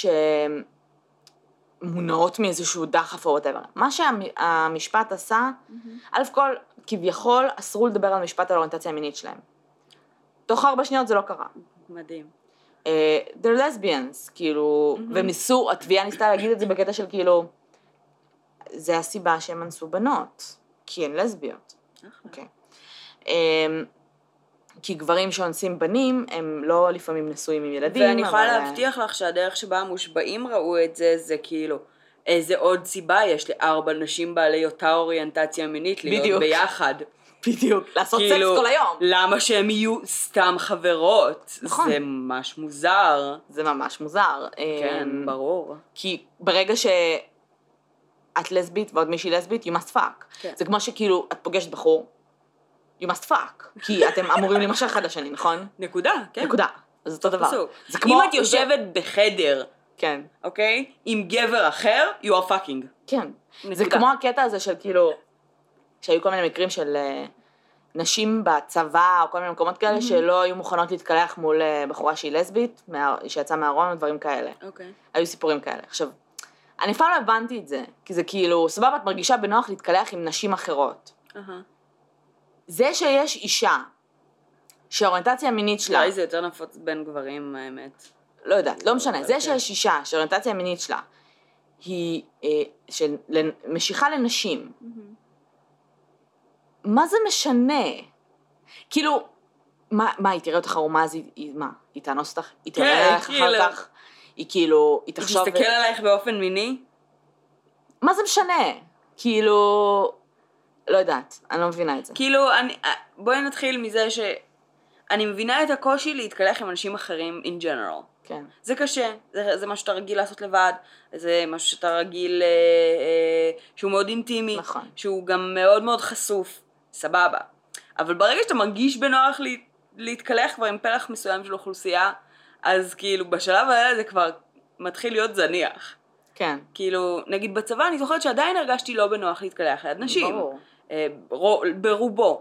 שמונעות מאיזשהו דחף או whatever. מה שהמשפט עשה, mm-hmm. א' כל, כביכול, אסרו לדבר על משפט על האוריינטציה המינית שלהם. תוך ארבע שניות זה לא קרה. מדהים. Uh, they're lesbians, כאילו, mm-hmm. והם ניסו, התביעה ניסתה להגיד את זה בקטע של כאילו, זה הסיבה שהם אנסו בנות, כי הן לסביות. אוקיי. Okay. Um, כי גברים שאונסים בנים, הם לא לפעמים נשואים עם ילדים. ואני יכולה אבל... להבטיח לך שהדרך שבה המושבעים ראו את זה, זה כאילו, איזה עוד סיבה יש לארבע נשים בעלי אותה אוריינטציה מינית להיות בדיוק. ביחד. בדיוק, לעשות כאילו, סקס כל היום. למה שהם יהיו סתם חברות? נכון. זה ממש מוזר. זה ממש מוזר. כן, ברור. כי ברגע שאת לסבית ועוד מישהי לסבית, you must fuck. כן. זה כמו שכאילו, את פוגשת בחור, you must fuck, כי אתם אמורים להימשך אחד לשני, נכון? נקודה, כן. נקודה, אז אותו דבר. זה כמו... אם את יושבת בחדר, כן. אוקיי? עם גבר אחר, you are fucking. כן. זה כמו הקטע הזה של כאילו, שהיו כל מיני מקרים של נשים בצבא, או כל מיני מקומות כאלה, שלא היו מוכנות להתקלח מול בחורה שהיא לסבית, שיצאה מהארון ודברים כאלה. אוקיי. היו סיפורים כאלה. עכשיו, אני אפילו לא הבנתי את זה, כי זה כאילו, סבבה, את מרגישה בנוח להתקלח עם נשים אחרות. אהה. זה שיש אישה שהאוריינטציה המינית שלה... אולי זה יותר נפוץ בין גברים, האמת. לא יודעת, לא משנה. זה שיש אישה שהאוריינטציה המינית שלה היא של משיכה לנשים. מה זה משנה? כאילו, מה, היא תראה אותך ערומה, אז היא, מה? היא תאנוס אותך? היא תראה עליך אחר כך? היא כאילו, היא תחשוב... היא תסתכל עלייך באופן מיני? מה זה משנה? כאילו... לא יודעת, אני לא מבינה את זה. כאילו, אני, בואי נתחיל מזה שאני מבינה את הקושי להתקלח עם אנשים אחרים in general. כן. זה קשה, זה, זה מה שאתה רגיל לעשות לבד, זה משהו שאתה רגיל, אה, אה, שהוא מאוד אינטימי, נכון. שהוא גם מאוד מאוד חשוף, סבבה. אבל ברגע שאתה מרגיש בנוח לה, להתקלח כבר עם פלח מסוים של אוכלוסייה, אז כאילו בשלב האלה זה כבר מתחיל להיות זניח. כן. כאילו, נגיד בצבא אני זוכרת שעדיין הרגשתי לא בנוח להתקלח ליד נשים. ברור. ברובו.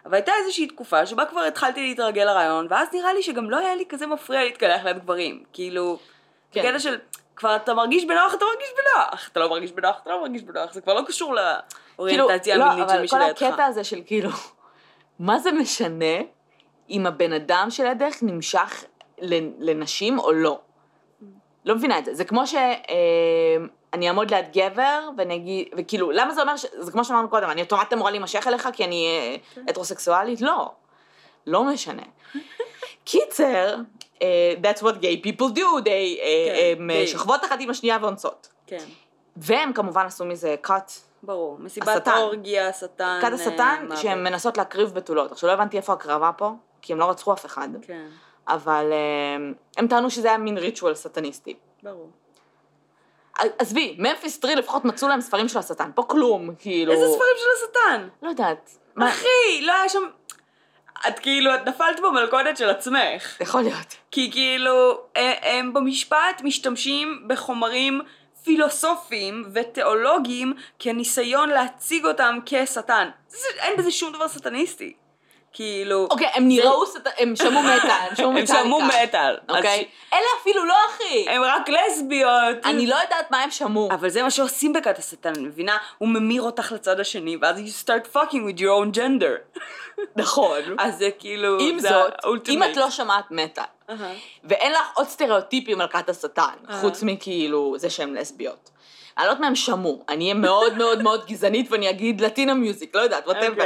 אבל הייתה איזושהי תקופה שבה כבר התחלתי להתרגל לרעיון, ואז נראה לי שגם לא היה לי כזה מפריע להתקלח ליד גברים. כאילו, כן. בקטע של, כבר אתה מרגיש בנוח, אתה מרגיש בנוח. אתה לא מרגיש בנוח, אתה לא מרגיש בנוח. זה כבר לא קשור לאוריינטציה כאילו, המינית לא, של מי שלידך. אבל כל הקטע הזה של כאילו, מה זה משנה אם הבן אדם שלידך נמשך לנשים או לא? לא מבינה את זה. זה כמו שאני אעמוד ליד גבר, ונגיד, וכאילו, למה זה אומר, ש... זה כמו שאמרנו קודם, אני אוטומטית אמורה להימשך אליך כי אני הטרוסקסואלית? לא. לא משנה. קיצר, uh, that's what gay people do, they uh, שכבות אחת עם השנייה ואונסות. כן. והם כמובן עשו מזה cut. ברור, מסיבת אורגיה, השטן. cut השטן, שהן מנסות להקריב בתולות. עכשיו לא הבנתי איפה הקרבה פה, כי הם לא רצחו אף אחד. כן. אבל הם טענו שזה היה מין ריטואל סטניסטי. ברור. עזבי, ממפיס טרי לפחות מצאו להם ספרים של השטן, פה כלום, כאילו... איזה ספרים של השטן? לא יודעת. אחי, לא היה שם... את כאילו, את נפלת במלכודת של עצמך. יכול להיות. כי כאילו, הם במשפט משתמשים בחומרים פילוסופיים ותיאולוגיים כניסיון להציג אותם כשטן. אין בזה שום דבר סטניסטי. כאילו... אוקיי, הם נראו, הם שמעו מטל, הם שמעו מטליקה. הם שמעו מטל. אוקיי? אלה אפילו לא אחי. הם רק לסביות. אני לא יודעת מה הם שמעו. אבל זה מה שעושים בקט השטן, אני מבינה? הוא ממיר אותך לצד השני, ואז you start fucking with your own gender. נכון. אז זה כאילו... עם זאת, אם את לא שמעת מטל, ואין לך עוד סטריאוטיפים על קט השטן, חוץ מכאילו זה שהם לסביות. אני לא יודעת מה הם שמעו. אני אהיה מאוד מאוד מאוד גזענית, ואני אגיד לטינה מיוזיק, לא יודעת, whatever.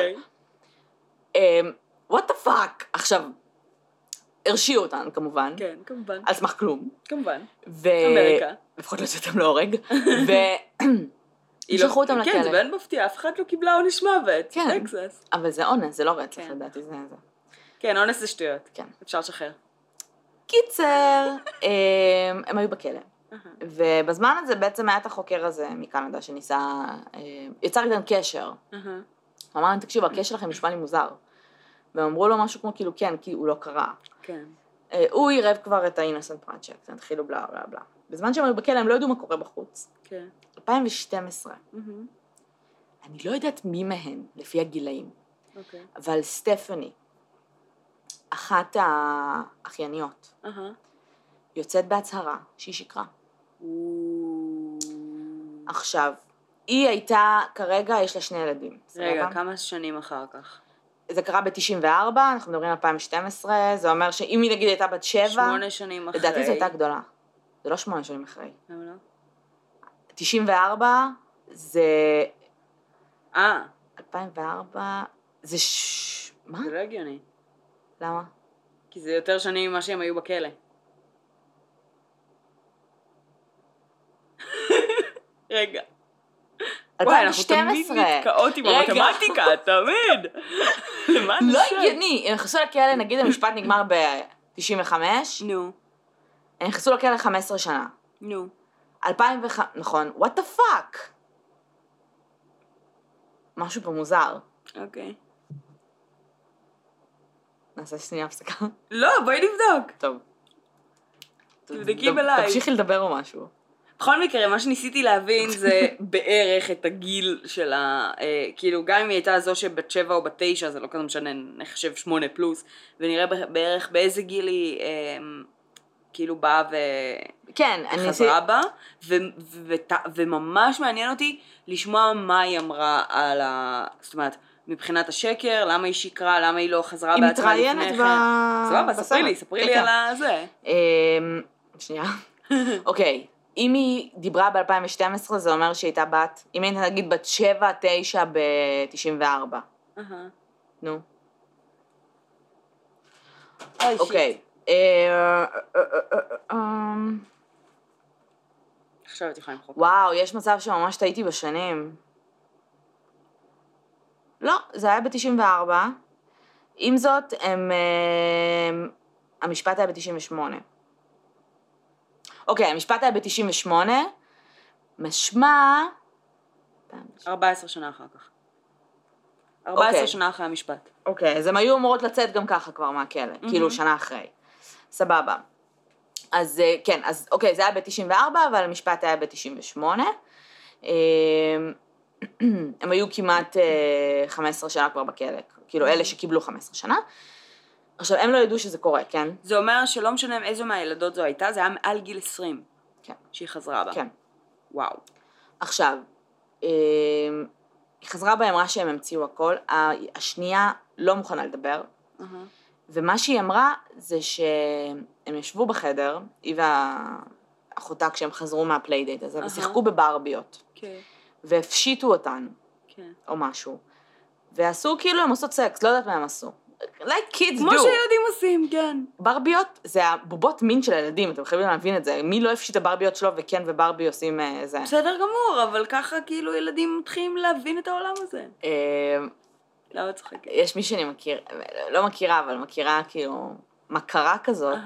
what the fuck? עכשיו, הרשיעו אותן כמובן. כן, כמובן. על סמך כלום. כמובן. ו... אמריקה. לפחות לא יצאתם להורג. ו... נשלחו אותם לכלא. כן, זה בין מפתיע, אף אחד לא קיבלה עונש מוות. כן. טקסס. אבל זה אונס, זה לא רצח לדעתי, זה זה. כן, אונס זה שטויות. כן. אפשר לשחרר. קיצר, הם היו בכלא. ובזמן הזה בעצם היה את החוקר הזה מקנדה שניסה, יצר איתם קשר. הוא אמר להם, תקשיבו, הקשר שלכם נשמע לי מוזר. והם אמרו לו משהו כמו כאילו, כן, כי הוא לא קרא. כן. הוא עירב כבר את ה-Innocent Project, התחילו בלה בלה בלה. בזמן שהם היו בכלא, הם לא ידעו מה קורה בחוץ. כן. אלפיים ושתים עשרה. אני לא יודעת מי מהן, לפי הגילאים. אוקיי. אבל סטפני, אחת האחייניות, יוצאת בהצהרה שהיא שקרה. עכשיו, היא הייתה, כרגע יש לה שני ילדים. רגע, כמה שנים אחר כך? זה קרה ב-תשעים וארבע, אנחנו מדברים על אלפיים ושתים עשרה, זה אומר שאם היא נגיד הייתה בת שבע, שמונה שנים אחרי. לדעתי זו הייתה גדולה. זה לא שמונה שנים אחרי. למה לא? תשעים וארבע זה... אה. אלפיים וארבע זה ש... מה? זה לא הגיוני. למה? כי זה יותר שנים ממה שהם היו בכלא. רגע. וואי, אנחנו תמיד נתקעות עם המתמטיקה, תמיד. לא הגיוני, הם נכנסו לכלא, נגיד המשפט נגמר ב-תשעים וחמש. נו. הם נכנסו לכלא חמש עשרה שנה. נו. אלפיים וחמש, נכון, what the fuck? משהו פה מוזר. אוקיי. נעשה שנייה הפסקה. לא, בואי נבדוק. טוב. תבדקי בלייב. תמשיכי לדבר או משהו. בכל מקרה, מה שניסיתי להבין זה בערך את הגיל של ה... כאילו, גם אם היא הייתה זו שבת שבע או בת תשע, זה לא כזה משנה, נחשב שמונה פלוס, ונראה בערך באיזה גיל היא כאילו באה וחזרה בה, וממש מעניין אותי לשמוע מה היא אמרה על ה... זאת אומרת, מבחינת השקר, למה היא שקרה, למה היא לא חזרה בעצמה לפני כן. היא מתראיינת ב... סבבה, ספרי לי, ספרי לי על זה. שנייה. אוקיי. אם היא דיברה ב-אלפיים ושתים עשרה, זה אומר שהיא הייתה בת, אם היא נגיד בת שבע, תשע ב-תשעים וארבע. נו. אוקיי. עכשיו את יכולה למחוק. וואו, יש מצב שממש טעיתי בשנים. לא, זה היה ב-תשעים וארבע. עם זאת, המשפט היה ב-תשעים ושמונה. אוקיי, המשפט היה ב-תשעים ושמונה, משמע... ארבע עשרה שנה אחר כך. ארבע עשרה שנה אחרי המשפט. אוקיי, אז הם היו אמורות לצאת גם ככה כבר מהכלא, כאילו שנה אחרי. סבבה. אז כן, אז אוקיי, זה היה ב-תשעים וארבע, אבל המשפט היה ב-תשעים ושמונה. הם היו כמעט אה, חמש עשרה שנה כבר בכלא, כאילו אלה שקיבלו חמש עשרה שנה. עכשיו, הם לא ידעו שזה קורה, כן? זה אומר שלא משנה איזו מהילדות זו הייתה, זה היה מעל גיל עשרים. כן. שהיא חזרה בה. כן. וואו. עכשיו, אה, היא חזרה בה, אמרה שהם המציאו הכל, השנייה לא מוכנה לדבר, uh-huh. ומה שהיא אמרה זה שהם ישבו בחדר, היא והאחותה כשהם חזרו מהפליידייט הזה, uh-huh. ושיחקו בברביות, okay. והפשיטו אותן, okay. או משהו, ועשו כאילו הם עושות סקס, לא יודעת מה הם עשו. like kids כמו do. כמו שילדים עושים, כן. ברביות זה הבובות מין של הילדים, אתם חייבים להבין את זה. מי לא הפשיט הברביות שלו וכן וברבי עושים זה. בסדר גמור, אבל ככה כאילו ילדים מתחילים להבין את העולם הזה. למה צוחקת? יש מי שאני מכיר, לא מכירה, אבל מכירה כאילו מכרה כזאת,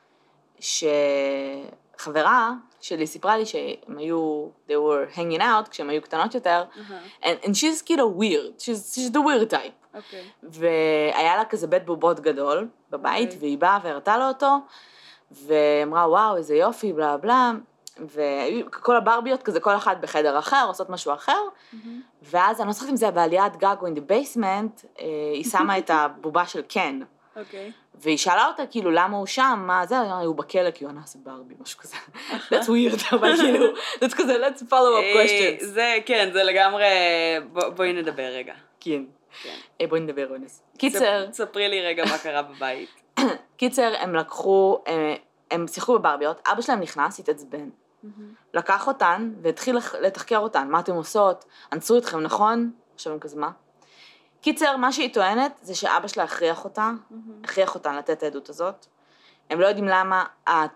שחברה שלי סיפרה לי שהם היו, they were hanging out כשהם היו קטנות יותר, and, and she's כאילו weird, she's, she's the weird type. Okay. והיה לה כזה בית בובות גדול בבית, okay. והיא באה והראתה לו אותו, ואמרה וואו איזה יופי בלה בלה, וכל הברביות כזה כל אחת בחדר אחר, עושות משהו אחר, mm-hmm. ואז אני לא זוכרת אם זה בעליית גג או in the basement, היא שמה את הבובה של קן, okay. והיא שאלה אותה כאילו למה הוא שם, מה זה, הוא בכלא כי הוא אנס ברבי, משהו כזה, that's weird, אבל כאילו, that's כזה, let's follow up questions. זה, כן, זה לגמרי, בואי נדבר רגע. כן. כן. בואי נדבר אונס. קיצר. ספרי לי רגע מה קרה בבית. קיצר, הם לקחו, הם שיחקו בברביות, אבא שלהם נכנס, התעצבן. לקח אותן והתחיל לתחקר אותן, מה אתם עושות? אנסו אתכם, נכון? עכשיו הם כזה מה? קיצר, מה שהיא טוענת זה שאבא שלה הכריח אותה, הכריח אותן לתת את העדות הזאת. הם לא יודעים למה,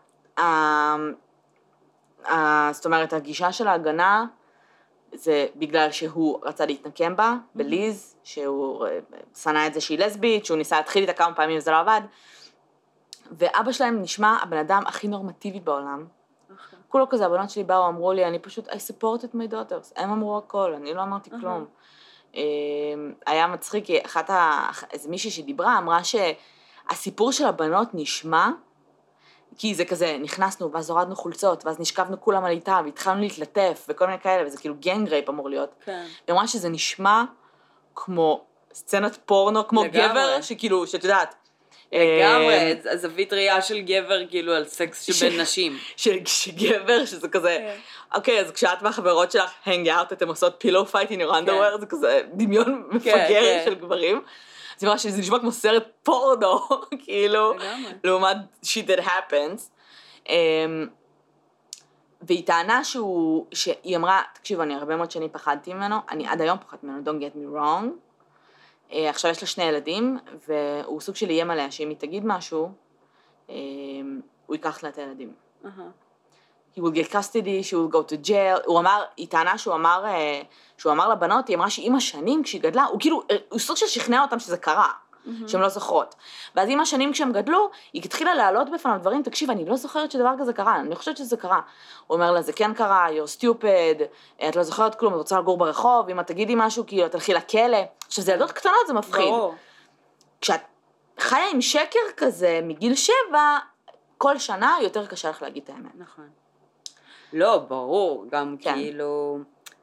זאת אומרת, הגישה של ההגנה, זה בגלל שהוא רצה להתנקם בה, בליז, שהוא שנא את זה שהיא לסבית, שהוא ניסה להתחיל איתה כמה פעמים וזה לא עבד, ואבא שלהם נשמע הבן אדם הכי נורמטיבי בעולם. כולו כזה, הבנות שלי באו, אמרו לי, אני פשוט, I supported my daughters, הם אמרו הכל, אני לא אמרתי כלום. היה מצחיק, כי אחת, איזה מישהי שדיברה, אמרה שהסיפור של הבנות נשמע, כי זה כזה, נכנסנו, ואז הורדנו חולצות, ואז נשכבנו כולם על איתה, והתחלנו להתלטף, וכל מיני כאלה, וזה כאילו גנג רייפ אמור להיות. כן. היא אמרה שזה נשמע כמו סצנת פורנו, כמו לגמרי. גבר, שכאילו, שאת יודעת. לגמרי, הזווית ראייה של גבר, כאילו, על סקס שבין נשים. שגבר, שזה כזה, אוקיי, אז כשאת והחברות שלך hang out, אתם עושות פילו פייט in your underwear, זה כזה דמיון מפגר של גברים. אז היא אמרה שזה נשמע כמו סרט פורנו, כאילו, לעומת shit that happens. והיא טענה שהוא, שהיא אמרה, תקשיבו, אני הרבה מאוד שנים פחדתי ממנו, אני עד היום פחדתי ממנו, don't get me wrong. עכשיו יש לה שני ילדים, והוא סוג של איים עליה, שאם היא תגיד משהו, הוא ייקח לה את הילדים. He will get custody, she will go to jail. הוא אמר, היא טענה שהוא אמר, שהוא אמר לבנות, היא אמרה שעם השנים כשהיא גדלה, הוא כאילו, הוא סוג של שכנע אותם שזה קרה, שהן לא זוכרות. ואז עם השנים כשהם גדלו, היא התחילה להעלות בפניו דברים, תקשיב, אני לא זוכרת שדבר כזה קרה, אני חושבת שזה קרה. הוא אומר לה, זה כן קרה, you're stupid, את לא זוכרת כלום, את רוצה לגור ברחוב, אם את תגידי משהו, כאילו, את תלכי לכלא. עכשיו, זה ילדות קטנות, זה מפחיד. כשאת חיה עם שקר כזה, מגיל שבע, כל שנה יותר קשה לך להגיד את האמת. נכון. לא, ברור, גם כן. כאילו,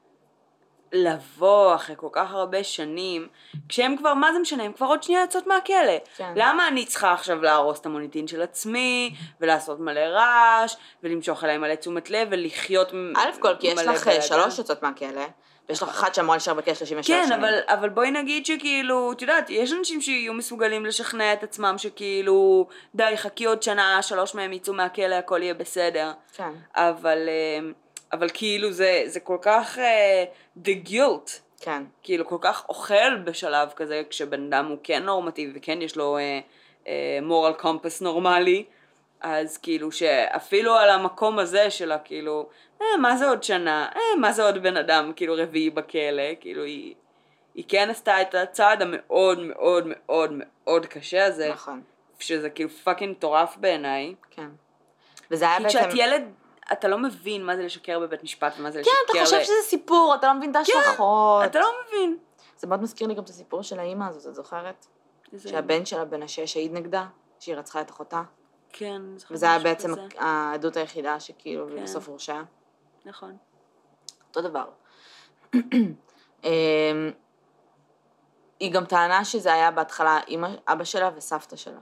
לבוא אחרי כל כך הרבה שנים, כשהם כבר, מה זה משנה, הם כבר עוד שנייה יוצאות מהכלא. כן. למה אני צריכה עכשיו להרוס את המוניטין של עצמי, ולעשות מלא רעש, ולמשוך אליהם מלא תשומת לב, ולחיות מלא בלדה? א' כל, כי יש לך שלוש יוצאות מהכלא, ויש לך אחת שאמורה להישאר בכלא שלושים ושלוש שנים. כן, אבל, אבל בואי נגיד שכאילו, את יודעת, יש אנשים שיהיו מסוגלים לשכנע את עצמם, שכאילו, די, חכי עוד שנה, שלוש מהם יצאו מהכלא, הכל יהיה בסדר. כן. אבל... אבל כאילו זה, זה כל כך uh, the guilt, כן. כאילו כל כך אוכל בשלב כזה, כשבן אדם הוא כן נורמטיבי, וכן יש לו uh, uh, moral compass נורמלי, אז כאילו שאפילו על המקום הזה שלה, כאילו, אה, מה זה עוד שנה, אה, מה זה עוד בן אדם, כאילו רביעי בכלא, כאילו היא, היא כן עשתה את הצעד המאוד מאוד מאוד מאוד קשה הזה, נכון. שזה כאילו פאקינג מטורף בעיניי. כן. וזה היה כי בעצם... כשאת ילד... אתה לא מבין מה זה לשקר בבית משפט ומה זה לשקר... כן, אתה חושב שזה סיפור, אתה לא מבין את ההשלכות. כן, אתה לא מבין. זה מאוד מזכיר לי גם את הסיפור של האמא הזאת, את זוכרת? שהבן שלה בן השש העיד נגדה, שהיא רצחה את אחותה. כן, וזה היה בעצם העדות היחידה שכאילו בסוף הורשעה. נכון. אותו דבר. היא גם טענה שזה היה בהתחלה אמא, אבא שלה וסבתא שלה.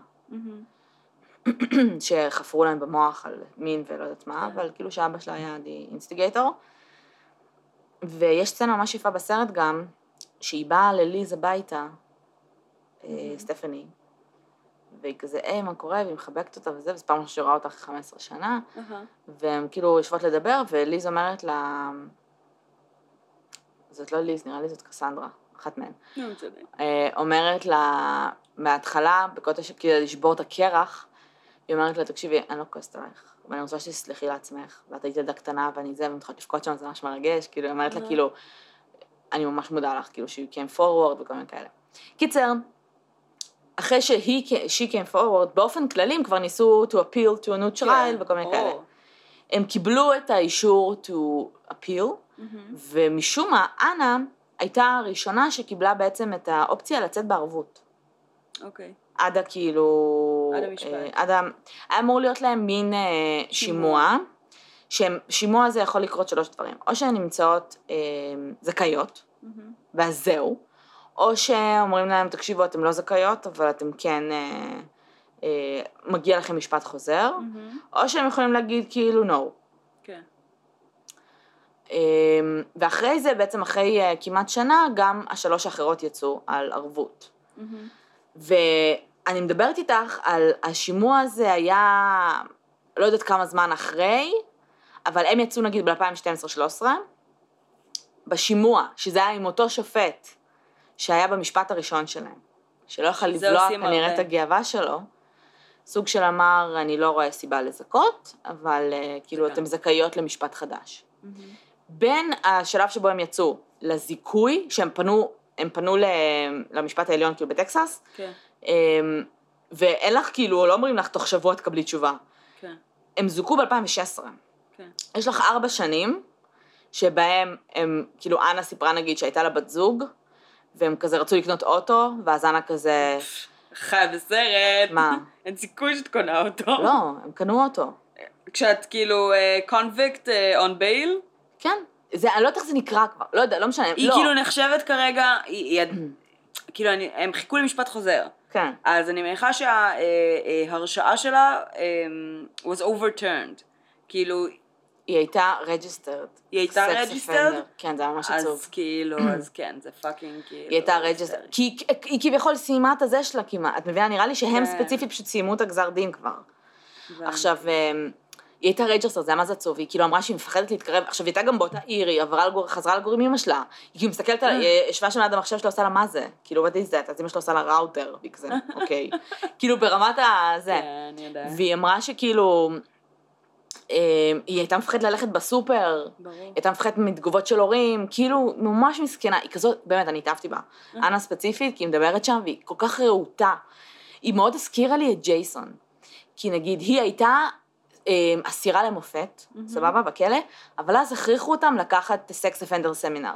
שחפרו להם במוח על מין ולא יודעת מה, אבל כאילו שאבא שלה היה די אינסטיגייטור. ויש סצנה ממש יפה בסרט גם, שהיא באה לליז הביתה, סטפני, והיא כזה, היי, מה קורה? והיא מחבקת אותה וזה, וזה פעם ראשונה שראה אותה אחרי חמש עשרה שנה, והם כאילו יושבות לדבר, וליז אומרת לה, זאת לא ליז, נראה לי זאת קסנדרה, אחת מהן. אומרת לה, מההתחלה, כדי לשבור את הקרח, היא אומרת לה, תקשיבי, אני לא כועסת עלייך, ואני רוצה שתסלחי לעצמך, ואת היית ילדה קטנה, ואני זה, ומתחילת לפקוד שם, זה ממש מרגש, כאילו, היא אומרת לה, כאילו, אני ממש מודה לך, כאילו, שהיא came forward וכל מיני כאלה. קיצר, אחרי שהיא, she came forward, באופן כללי, הם כבר ניסו to appeal to a new trial וכל מיני כאלה. הם קיבלו את האישור to appeal, ומשום מה, אנה הייתה הראשונה שקיבלה בעצם את האופציה לצאת בערבות. אוקיי. עד כאילו... עד המשפט. עד ה... היה אמור להיות להם מין שימוע, שימוע הזה יכול לקרות שלוש דברים. או שהן נמצאות אה, זכאיות, ואז זהו, או שאומרים להם, תקשיבו, אתם לא זכאיות, אבל אתם כן, אה, אה, מגיע לכם משפט חוזר, או שהם יכולים להגיד כאילו, no. כן. אה, ואחרי זה, בעצם אחרי אה, כמעט שנה, גם השלוש האחרות יצאו על ערבות. ואני מדברת איתך על השימוע הזה היה, לא יודעת כמה זמן אחרי, אבל הם יצאו נגיד ב-אלפיים שתים עשרה שלוש עשרה, בשימוע, שזה היה עם אותו שופט, שהיה במשפט הראשון שלהם, שלא יכל לבלוע כנראה את הגאווה שלו, סוג של אמר, אני לא רואה סיבה לזכות, אבל uh, כאילו אתם זכאיות למשפט חדש. Mm-hmm. בין השלב שבו הם יצאו לזיכוי, שהם פנו, הם פנו למשפט העליון כאילו בטקסס, כן. Okay. ואין לך כאילו, לא אומרים לך תוך שבוע תקבלי תשובה. כן. Okay. הם זוכו ב-אלפיים ושש עשרה. כן. Okay. יש לך ארבע שנים, שבהם הם, כאילו אנה סיפרה נגיד שהייתה לה בת זוג, והם כזה רצו לקנות אוטו, ואז אנה כזה... חי בסרט. מה? אין סיכוי שאת קונה אותו. לא, הם קנו אוטו. כשאת כאילו convict on bail? כן. זה, אני לא יודעת איך זה נקרא כבר, לא יודע, לא משנה. היא לא. כאילו נחשבת כרגע, היא, היא, כאילו אני, הם חיכו למשפט חוזר. כן. אז אני מניחה שההרשעה שלה was overturned. כאילו... היא הייתה registered. היא הייתה registered? כן, זה ממש עצוב. אז כאילו, אז כן, זה פאקינג כאילו... היא הייתה registered. כי היא כביכול סיימה את הזה שלה כמעט. את מביאה, נראה לי שהם ספציפית פשוט סיימו את הגזר דין כבר. עכשיו, היא הייתה registered, זה מה זה עצוב. היא כאילו אמרה שהיא מפחדת להתקרב. עכשיו, היא הייתה גם באותה עיר, היא חזרה לגור עם אמא שלה. היא כאילו מסתכלת על... ישבה שם ליד המחשב שלה עושה לה מה זה? כאילו, what is that? אז אמא שלה עושה לה ראוטר, וכזה, אוקיי. כאילו, ברמת הזה. כן, אני יודעת. והיא אמרה שכאילו... היא הייתה מפחדת ללכת בסופר, ברור. היא הייתה מפחדת מתגובות של הורים, כאילו ממש מסכנה, היא כזאת, באמת, אני התאהבתי בה. אנה ספציפית, כי היא מדברת שם, והיא כל כך רעותה. היא מאוד הזכירה לי את ג'ייסון, כי נגיד, היא הייתה אסירה למופת, סבבה, בכלא, אבל אז הכריחו אותם לקחת סקס אפנדר סמינר.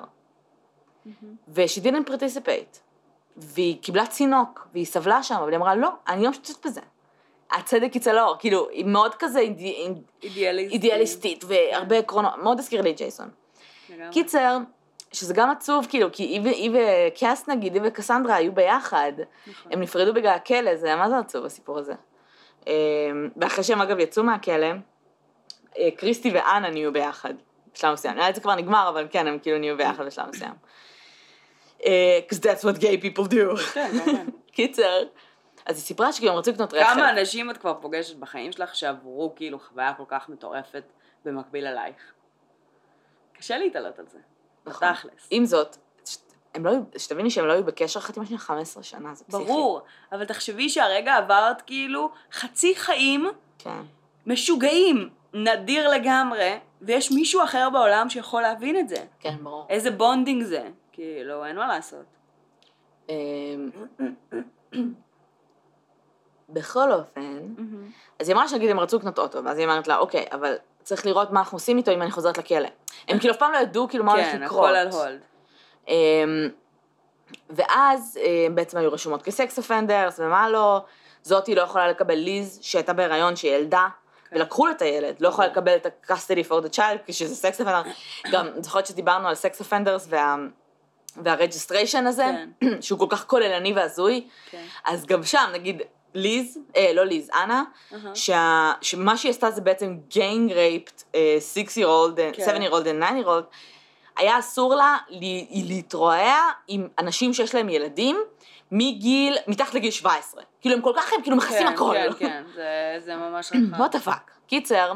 ו-she didn't participate. והיא קיבלה צינוק, והיא סבלה שם, אבל היא אמרה, לא, אני לא משתתפת בזה. הצדק יצלור, כאילו, היא מאוד כזה אידיאליסטית, והרבה עקרונות, מאוד הזכיר לי את ג'ייסון. קיצר, שזה גם עצוב, כאילו, כי היא וקאס נגיד, היא וקסנדרה היו ביחד, הם נפרדו בגלל הכלא, זה מה זה עצוב הסיפור הזה. ואחרי שהם אגב יצאו מהכלא, קריסטי ואנה נהיו ביחד, בשלב מסוים. נראה לי זה כבר נגמר, אבל כן, הם כאילו נהיו ביחד בשלב מסוים. Because that's what gay people do. קיצר, אז היא סיפרה שכאילו הם רצו לקנות רכב. כמה אנשים את כבר פוגשת בחיים שלך שעברו כאילו חוויה כל כך מטורפת במקביל עלייך? קשה להתעלות על זה. נכון. תכלס. עם זאת, הם לא, שתביני שהם לא היו בקשר אחת עם השני חמש עשרה שנה, זה פסיכי. ברור, אבל תחשבי שהרגע עברת כאילו חצי חיים כן. משוגעים, נדיר לגמרי, ויש מישהו אחר בעולם שיכול להבין את זה. כן, ברור. איזה בונדינג זה, כאילו, אין מה לעשות. בכל אופן, אז היא אמרה שנגיד הם רצו לקנות אוטו, ואז היא אמרת לה, אוקיי, אבל צריך לראות מה אנחנו עושים איתו אם אני חוזרת לכלא. הם כאילו אף פעם לא ידעו כאילו מה הולך לקרות. כן, הכל על הולד. ואז בעצם היו רשומות כסקס אפנדרס ומה לא, זאת היא לא יכולה לקבל ליז שהייתה בהיריון שהיא ילדה, ולקחו לה את הילד, לא יכולה לקבל את ה-custody for the child, כשזה סקס אפנדרס, גם זוכרת שדיברנו על סקס אפנדרס וה... והרג'יסטריישן הזה, כן. שהוא כל כך כוללני והזוי, כן. אז גם שם, נגיד, ליז, אה, לא ליז, אנה, Uh-huh. שה, שמה שהיא עשתה זה בעצם gang raped six year old, seven year old and nine year old, היה אסור לה להתרועע עם אנשים שיש להם ילדים, מגיל, מתחת לגיל שבע עשרה. כאילו הם כל כך, הם כאילו מכסים כן, הכל. כן, כן, זה, זה ממש רחב. what the fuck. קיצר,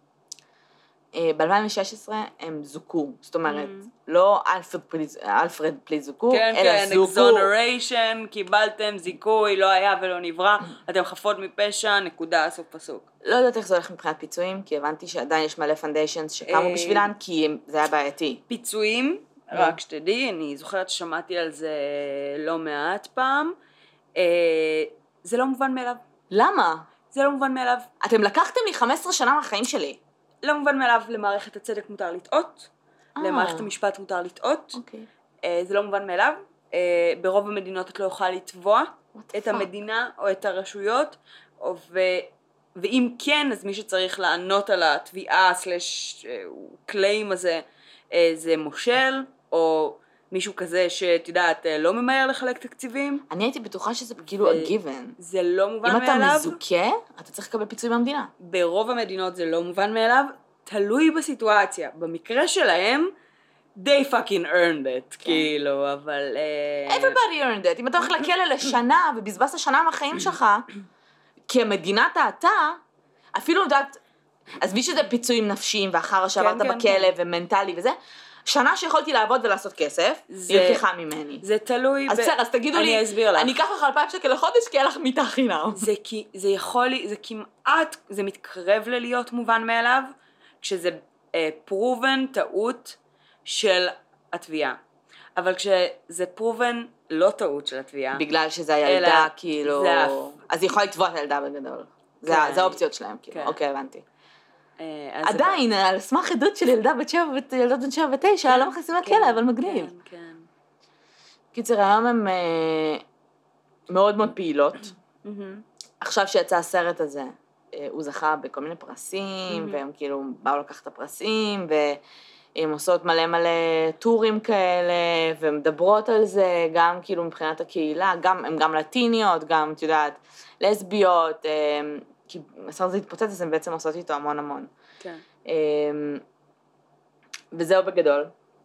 ב-אלפיים ושש עשרה הם זוכו, זאת אומרת, לא אלפרד פליז, אלפרד פליז זוכו, כן, אלא כן, זוכו. exoneration, קיבלתם זיכוי, לא היה ולא נברא, אתם חפות מפשע, נקודה, סוף פסוק. לא יודעת איך זה הולך מבחינת פיצויים, כי הבנתי שעדיין יש מלא פנדיישנס שקמו בשבילן, כי זה היה בעייתי. פיצויים, רק שתדעי, אני זוכרת ששמעתי על זה לא מעט פעם, זה לא מובן מאליו. למה? זה לא מובן מאליו. אתם לקחתם לי חמש עשרה שנה מהחיים שלי. לא מובן מאליו, למערכת הצדק מותר לטעות, למערכת המשפט מותר לטעות, זה לא מובן מאליו, ברוב המדינות את לא יכולה לתבוע את המדינה או את הרשויות, ואם כן, אז מי שצריך לענות על התביעה סלש קליים הזה, זה מושל, או מישהו כזה שאת יודעת לא ממהר לחלק תקציבים. אני הייתי בטוחה שזה כאילו הגיוון. זה לא מובן מאליו. אם אתה מזוכה, אתה צריך לקבל פיצוי מהמדינה. ברוב המדינות זה לא מובן מאליו, תלוי בסיטואציה. במקרה שלהם, they fucking earned it, כאילו, אבל... everybody earned it. אם אתה הולך לכלא לשנה, ובזבזת שנה מהחיים שלך, כי המדינה טעתה, אפילו יודעת, אז בי שזה פיצויים נפשיים, ואחר שעברת בכלא ומנטלי וזה, שנה שיכולתי לעבוד ולעשות כסף, היא לקחה ממני. זה תלוי... אז בסדר, אז תגידו לי, אני אקח לך אלפיים שקל לחודש, כי אין לך מיטה חינם. זה יכול, זה כמעט, זה מתקרב ללהיות מובן מאליו, כשזה פרובן טעות של התביעה. אבל כשזה פרובן לא טעות של התביעה. בגלל שזה הילדה, כאילו... אז היא יכולה לתבוע את הילדה בגדול. זה האופציות שלהם, כאילו. אוקיי, הבנתי. עדיין, על סמך עדות של ילדה בת שבע וילדות בת שבע ותשע, לא מכניסים לכלא, אבל מגניב. כן, כן. קיצר, היום הם מאוד מאוד פעילות. עכשיו שיצא הסרט הזה, הוא זכה בכל מיני פרסים, והם כאילו באו לקחת את הפרסים, והם עושות מלא מלא טורים כאלה, ומדברות על זה, גם כאילו מבחינת הקהילה, הם גם לטיניות, גם, את יודעת, לסביות, כי הסרט הזה התפוצץ, אז הם בעצם עושות איתו המון המון. כן. וזהו בגדול.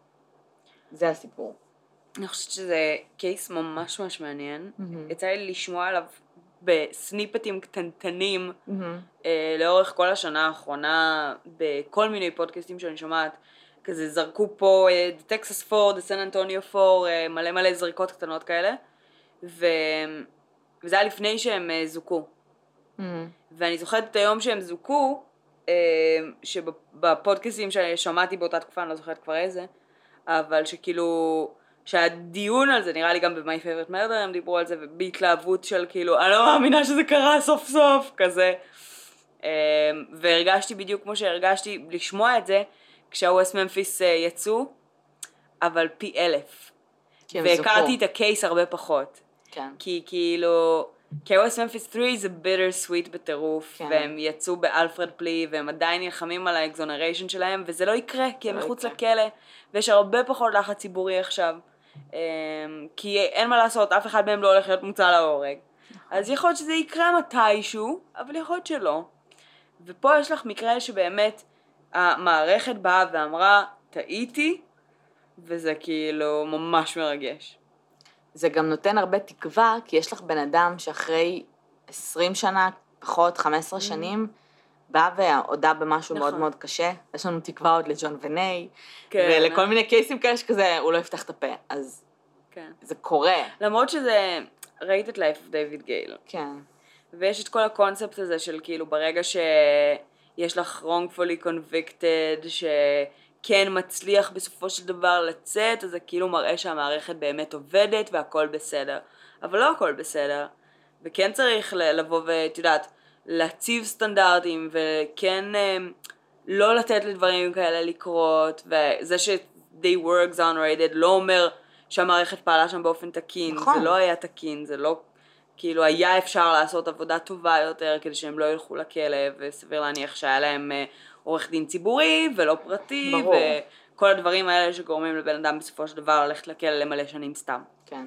זה הסיפור. אני חושבת שזה קייס ממש ממש מעניין. יצא לי לשמוע עליו בסניפטים קטנטנים, לאורך כל השנה האחרונה, בכל מיני פודקאסטים שאני שומעת, כזה זרקו פה The Texas four, The San Antonio four, מלא מלא זריקות קטנות כאלה, וזה היה לפני שהם זוכו. ואני זוכרת את היום שהם זוכו, שבפודקאסטים ששמעתי באותה תקופה, אני לא זוכרת כבר איזה, אבל שכאילו, שהדיון על זה, נראה לי גם ב-My Favorite Murder הם דיברו על זה, בהתלהבות של כאילו, אני לא מאמינה שזה קרה סוף סוף, כזה. והרגשתי בדיוק כמו שהרגשתי לשמוע את זה, כשהווסט ממפיס יצאו, אבל פי אלף. והכרתי את הקייס הרבה פחות. כן. כי כאילו... כי הווסט ממפיס שלוש זה bitter sweet בטירוף, כן. והם יצאו באלפרד פלי, והם עדיין נלחמים על האקזונריישן שלהם, וזה לא יקרה, כי הם מחוץ לכלא, ויש הרבה פחות לחץ ציבורי עכשיו, כי אין מה לעשות, אף אחד מהם לא הולך להיות מוצא להורג. אז יכול להיות שזה יקרה מתישהו, אבל יכול להיות שלא. ופה יש לך מקרה שבאמת המערכת באה ואמרה, טעיתי, וזה כאילו ממש מרגש. זה גם נותן הרבה תקווה, כי יש לך בן אדם שאחרי עשרים שנה, פחות חמש עשרה שנים, בא והודע במשהו מאוד מאוד קשה. יש לנו תקווה עוד לג'ון וניי, ולכל מיני קייסים כאלה שכזה, הוא לא יפתח את הפה. אז זה קורה. למרות שזה, ראית את לייף דיוויד גייל. כן. ויש את כל הקונספט הזה של כאילו, ברגע שיש לך wrongfully convicted, ש... כן מצליח בסופו של דבר לצאת, אז זה כאילו מראה שהמערכת באמת עובדת והכל בסדר. אבל לא הכל בסדר. וכן צריך לבוא ואת יודעת, להציב סטנדרטים, וכן לא לתת לדברים כאלה לקרות, וזה ש- they were exonerated לא אומר שהמערכת פעלה שם באופן תקין. נכון. זה לא היה תקין, זה לא, כאילו היה אפשר לעשות עבודה טובה יותר, כדי שהם לא ילכו לכלא, וסביר להניח שהיה להם... עורך דין ציבורי ולא פרטי, כל הדברים האלה שגורמים לבן אדם בסופו של דבר ללכת לכלא למלא שנים סתם. כן.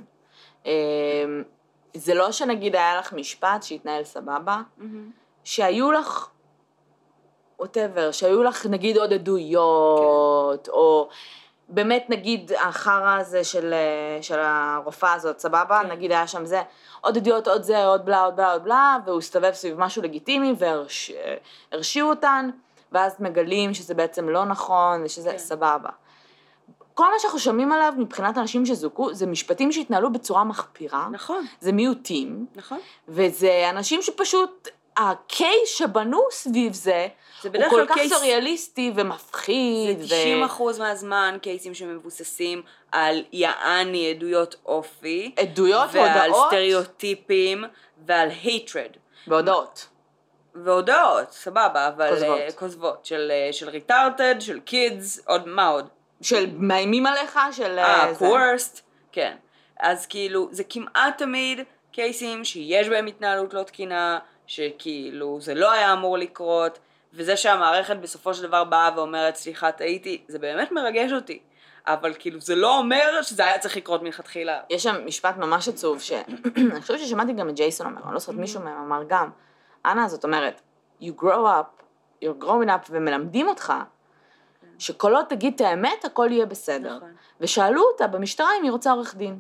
זה לא שנגיד היה לך משפט שהתנהל סבבה, שהיו לך, whatever, שהיו לך נגיד עוד עדויות, או באמת נגיד החרא הזה של, של הרופאה הזאת, סבבה, נגיד היה שם זה, עוד עדויות, עוד זה, עוד בלה, עוד בלה, עוד בלה, והוא הסתובב סביב משהו לגיטימי, והרשיעו אותן, ואז מגלים שזה בעצם לא נכון, ושזה סבבה. כל מה שאנחנו שומעים עליו מבחינת אנשים שזוכו, זה משפטים שהתנהלו בצורה מחפירה. נכון. זה מיעוטים. נכון. וזה אנשים שפשוט, הקייס שבנו סביב זה, זה הוא כל כך קייס... סוריאליסטי ומפחיד. זה תשעים אחוז ו... מהזמן קייסים שמבוססים על יעני עדויות אופי. עדויות ועל והודעות. ועל סטריאוטיפים ועל hatred. והודעות. והודעות, סבבה, אבל כוזבות. כוזבות. של, של retarded, של kids, עוד מה עוד? של מאיימים עליך, של... אה, coerced, כן. אז כאילו, זה כמעט תמיד קייסים שיש בהם התנהלות לא תקינה, שכאילו זה לא היה אמור לקרות, וזה שהמערכת בסופו של דבר באה ואומרת, סליחה, טעיתי, זה באמת מרגש אותי. אבל כאילו זה לא אומר שזה היה צריך לקרות מלכתחילה. יש שם משפט ממש עצוב, שאני חושבת ששמעתי גם את ג'ייסון אומר, אני לא זוכרת מישהו מהם אמר גם, אנה, זאת אומרת, you grow up, you're growing up, ומלמדים אותך, שכל עוד תגיד את האמת, הכל יהיה בסדר. נכון. ושאלו אותה במשטרה אם היא רוצה עורך דין.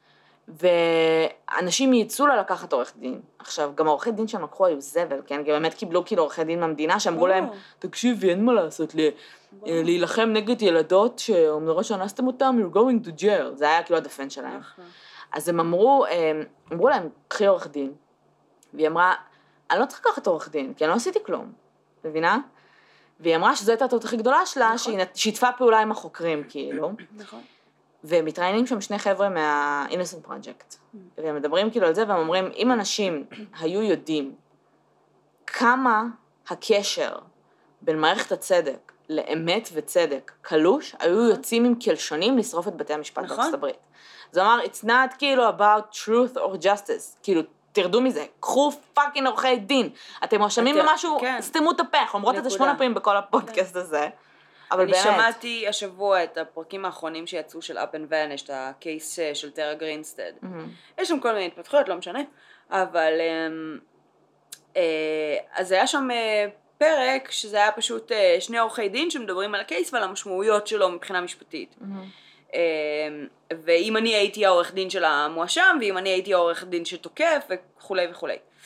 ואנשים ייצאו לה לקחת עורך דין. עכשיו, גם עורכי דין שהם לקחו היו זבל, כן? כי באמת קיבלו כאילו עורכי דין מהמדינה, שאמרו להם, תקשיבי, אין מה לעשות, להילחם נגד ילדות שאומרו שאנסתם אותם, you're going to jail. זה היה כאילו הדפן שלהם. נכון. אז הם אמרו, אמרו להם, קחי עורך דין. והיא אמרה, אני לא צריכה לקחת עורך דין, כי אני לא עשיתי כלום. מבינה? והיא אמרה שזו הייתה הטעות הכי גדולה שלה, נכון. שהיא שיתפה פעולה עם החוקרים, כאילו. נכון. והם מתראיינים שם שני חבר'ה מה-Innocent Project. והם מדברים כאילו על זה, והם אומרים, אם אנשים היו יודעים כמה הקשר בין מערכת הצדק לאמת וצדק קלוש, היו יוצאים עם קלשונים לשרוף את בתי המשפט בארצות הברית. זה אומר, it's not כאילו about truth or justice, כאילו, תרדו מזה, קחו פאקינג עורכי דין, אתם מואשמים במשהו, סתמו את הפה, אומרות את זה שמונה פעמים בכל הפודקאסט הזה, אבל באמת. אני שמעתי השבוע את הפרקים האחרונים שיצאו של Up and Vanished, הקייס של טרה גרינסטד, יש שם כל מיני התפתחויות, לא משנה, אבל אז היה שם פרק שזה היה פשוט שני עורכי דין שמדברים על הקייס ועל המשמעויות שלו מבחינה משפטית. ואם אני הייתי העורך דין של המואשם, ואם אני הייתי העורך דין שתוקף, וכו' וכו'.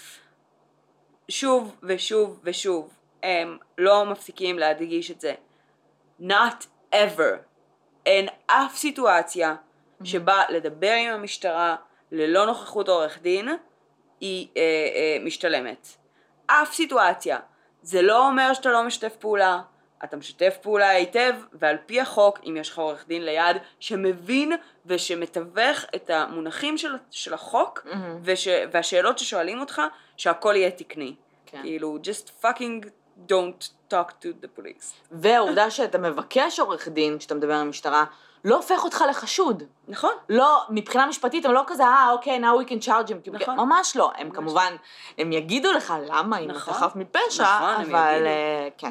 שוב ושוב ושוב, הם לא מפסיקים להדגיש את זה. Not ever. אין אף סיטואציה שבה לדבר עם המשטרה ללא נוכחות עורך דין, היא אה, אה, משתלמת. אף סיטואציה. זה לא אומר שאתה לא משתף פעולה, אתה משתף פעולה היטב, ועל פי החוק, אם יש לך עורך דין ליד, שמבין ושמתווך את המונחים של, של החוק, mm-hmm. וש, והשאלות ששואלים אותך, שהכל יהיה תקני. כן. כאילו, just fucking don't talk to the police. והעובדה שאתה מבקש עורך דין, כשאתה מדבר עם המשטרה, לא הופך אותך לחשוד. נכון. לא, מבחינה משפטית, הם לא כזה, אה, אוקיי, now we can charge him. נכון. ממש לא. הם ממש כמובן, לא. הם יגידו לך למה, אם נכון. אתה חף מפשע, נכון, אבל כן.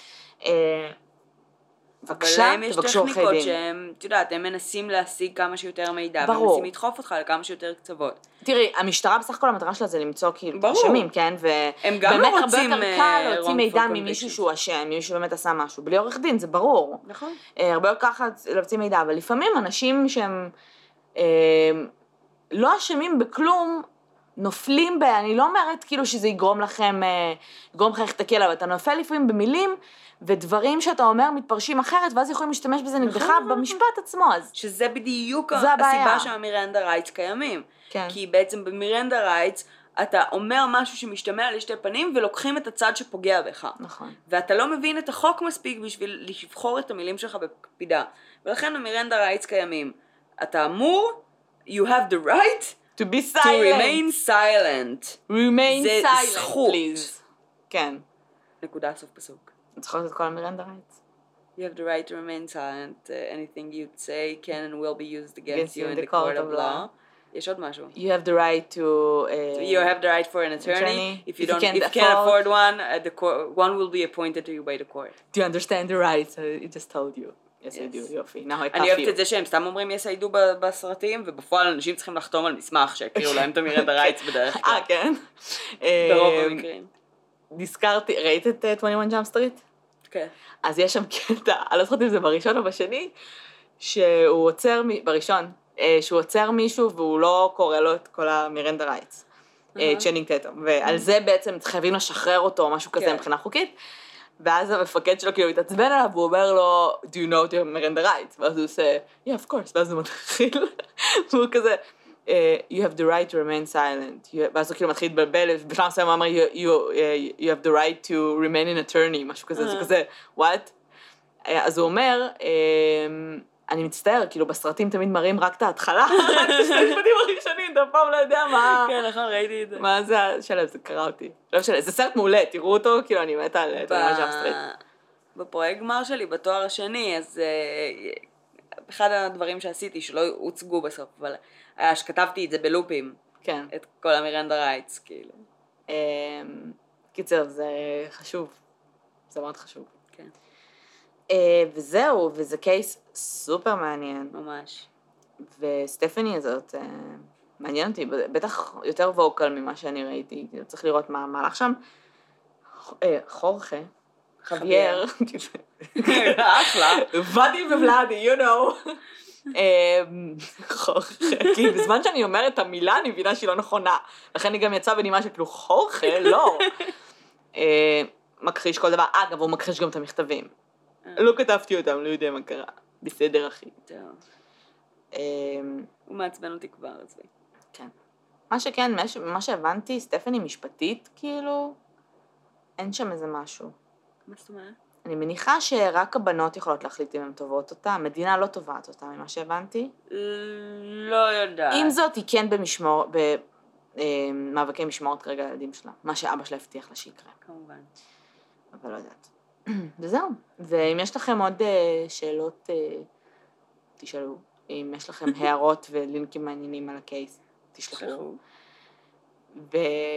בבקשה, אבל יש טכניקות שהם, את יודעת, הם מנסים להשיג כמה שיותר מידע, והם מנסים לדחוף אותך לכמה שיותר קצוות. תראי, המשטרה בסך הכל המטרה שלה זה למצוא כאילו אשמים, כן? ובאמת הרבה יותר קל להוציא מידע ממישהו שהוא אשם, ממישהו באמת עשה משהו, בלי עורך דין, זה ברור. נכון. הרבה יותר ככה להוציא מידע, אבל לפעמים אנשים שהם לא אשמים בכלום, נופלים ב... אני לא אומרת כאילו שזה יגרום לכם, יגרום לך להחתקל, אבל אתה נופל לפעמים במילים, ודברים שאתה אומר מתפרשים אחרת, ואז יכולים להשתמש בזה נגדך במשפט עצמו. שזה בדיוק הסיבה שהמירנדה רייטס קיימים. כן. כי בעצם במירנדה רייטס, אתה אומר משהו שמשתמע לשתי פנים, ולוקחים את הצד שפוגע בך. נכון. ואתה לא מבין את החוק מספיק בשביל לבחור את המילים שלך בקפידה. ולכן המירנדה רייטס קיימים. אתה אמור, you have the right to be silent. To remain silent. Remain זה silent, זכות. please. כן. נקודה סוף פסוק. את זוכרת את כל המירנדה רייטס? You have the right to remain silent. Uh, anything you'd say can and will be used against you in the court of law. יש עוד משהו. You have the right to... Uh, you have the right for an attorney. attorney. If you don't, if you can't afford one, uh, the court, one will be appointed to you by the court. Do you understand the rights? I just told you. yes I do, יופי. Now I אני cuff אוהבת את you. זה שהם סתם אומרים yes I do ב- בסרטים, ובפועל אנשים צריכים לחתום על מסמך שהכירו להם את המירנדה רייטס בדרך כלל. אה, כן? ברוב אה, המקרים. נזכרתי, ראית את אה, עשרים ואחת Jump Street? כן. אז יש שם קטע, אני לא זוכרת אם זה בראשון או בשני, שהוא עוצר, מ- בראשון, אה, שהוא עוצר מישהו והוא לא קורא לו את כל המירנדה רייטס, אהה. צ'נינג טייטום, ועל זה בעצם חייבים לשחרר אותו או משהו כזה כן. מבחינה חוקית, ואז המפקד שלו כאילו התעצבן עליו, והוא אומר לו, do you know your מירנדה רייטס? ואז הוא עושה, yeah of course, ואז הוא מתחיל, והוא כזה, אה, you have the right to remain silent, You- ואז הוא כאילו מתחיל להתבלבל, ובשלב מסוים הוא אמר, you, you, uh, you have the right to remain an attorney, משהו כזה, זה אהה. כזה, what? אה, אז הוא אומר, אה, אני מצטער, כאילו בסרטים תמיד מראים רק את ההתחלה, רק את השני משפטים הראשונים, אתה פעם לא יודע מה, כן, נכון, ראיתי את זה. מה זה השלב, זה קרה אותי. לא משנה, זה סרט מעולה, תראו אותו, כאילו אני מתה על עשרים ואחת Jump Street. בפרויקט גמר שלי, בתואר השני, אז אה, אחד הדברים שעשיתי, שלא הוצגו בסוף, אבל היה שכתבתי את זה בלופים, כן. את כל המירנדה רייטס, כאילו. אה, קיצר, זה חשוב. זה מאוד חשוב. כן, אה, וזהו, וזה קייס סופר מעניין. ממש. וסטפני הזאת, אה, מעניין אותי, בטח יותר ווקל ממה שאני ראיתי, צריך לראות מה המהלך שם. אה, חורכה, חווייר, אחלה. וואדי וולאדי, you know. אה, חורכה, כי בזמן שאני אומרת את המילה אני מבינה שהיא לא נכונה, לכן היא גם יצאה בנימה של כאילו חורכה, לא. אה, מכחיש כל דבר, אגב הוא מכחיש גם את המכתבים. לא כתבתי אותם, לא יודע מה קרה. בסדר אחי. טוב. אה, הוא מעצבן אותי כבר, עזבי. כן. מה שכן, מה ש- מה שהבנתי, סטפני משפטית, כאילו, אין שם איזה משהו. מה זאת אומרת? אני מניחה שרק הבנות יכולות להחליט אם הן טובות אותה, המדינה לא תובעת אותה, ממה שהבנתי. לא יודעת. עם זאת, היא כן במשמור, במאבקי משמורת כרגע לילדים שלה, מה שאבא שלה הבטיח לה שיקרה, כמובן. אבל לא יודעת. וזהו. ואם יש לכם עוד אה, שאלות, אה, תשאלו. אם יש לכם הערות ולינקים מעניינים על הקייס, תשלחו. תשלחו. ו...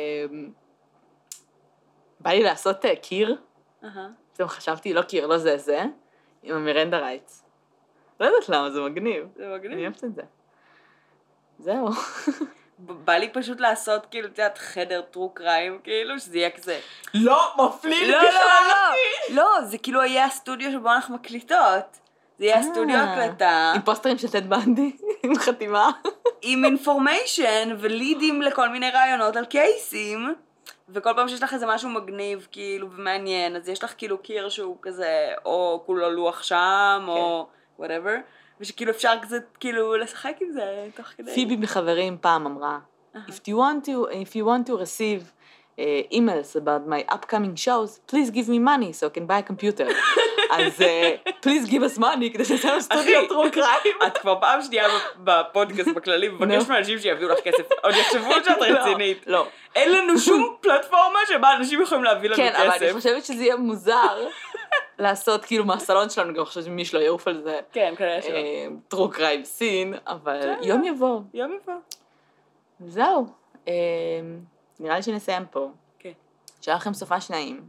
בא לי לעשות אה, קיר, אהה. פתאום חשבתי, לא קיר, לא זה, זה, עם המירנדה רייטס. לא יודעת למה, זה מגניב. זה אני מגניב. אוהבת את זה. זהו. ב- בא לי פשוט לעשות כאילו, את יודעת, חדר טרו קריים, כאילו, שזה יהיה כזה. לא, מפליל לא, לא, לא, לא, זה כאילו יהיה הסטודיו שבו אנחנו מקליטות. זה יהיה הסטודיו הקלטה, עם פוסטרים של טד בנדי, עם חתימה. עם אינפורמיישן ולידים לכל מיני רעיונות על קייסים, וכל פעם שיש לך איזה משהו מגניב, כאילו, ומעניין, אז יש לך כאילו קיר שהוא כזה, או כולו לוח שם, או whatever, ושכאילו אפשר כזה, כאילו, לשחק עם זה תוך כדי. פיבי מחברים פעם אמרה, if you want to, if you want to receive uh, emails about my upcoming shows, please give me money so I can buy a computer. אז uh, please give us money כדי שזה לנו סטודיו טרו קריים. את כבר פעם שנייה בפודקאסט בכללי, מבקש מאנשים שיביאו לך כסף, עוד יחשבו שאת רצינית. לא. אין לנו שום פלטפורמה שבה אנשים יכולים להביא לנו כן, אבל אני כסף. חושבת שזה יהיה מוזר לעשות כאילו מהסלון שלנו, גם חושבת שמי שלא יעוף על זה. כן, כנראה שלא. טרו קריים סין, אבל יום יבוא. יום יפה. זהו. אה, נראה לי שנסיים פה. כן. שיהיה לכם סופה שניים.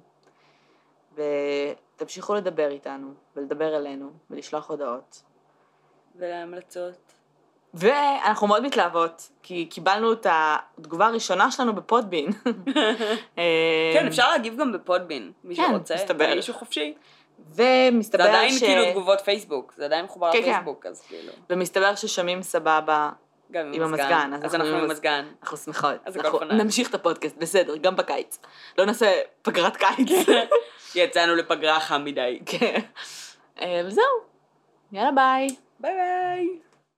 ותמשיכו לדבר איתנו, ולדבר אלינו, ולשלוח הודעות. ולהמלצות. ואנחנו מאוד מתלהבות, כי קיבלנו את התגובה הראשונה שלנו בפודבין. כן, אפשר להגיב גם בפודבין, מי כן, שרוצה. מסתבר. מישהו חופשי. ומסתבר זה עדיין ש... כאילו תגובות פייסבוק, זה עדיין מחובר כן, כן. לפייסבוק, אז כאילו. ומסתבר ששומעים סבבה גם עם המזגן. אז אנחנו עם המזגן. אנחנו שמחות. אז הכל אנחנו פנן. נמשיך את הפודקאסט, בסדר, גם בקיץ. לא נעשה פגרת קיץ. יצאנו לפגרה חם מדי. כן. אה, וזהו. יאללה ביי. ביי ביי.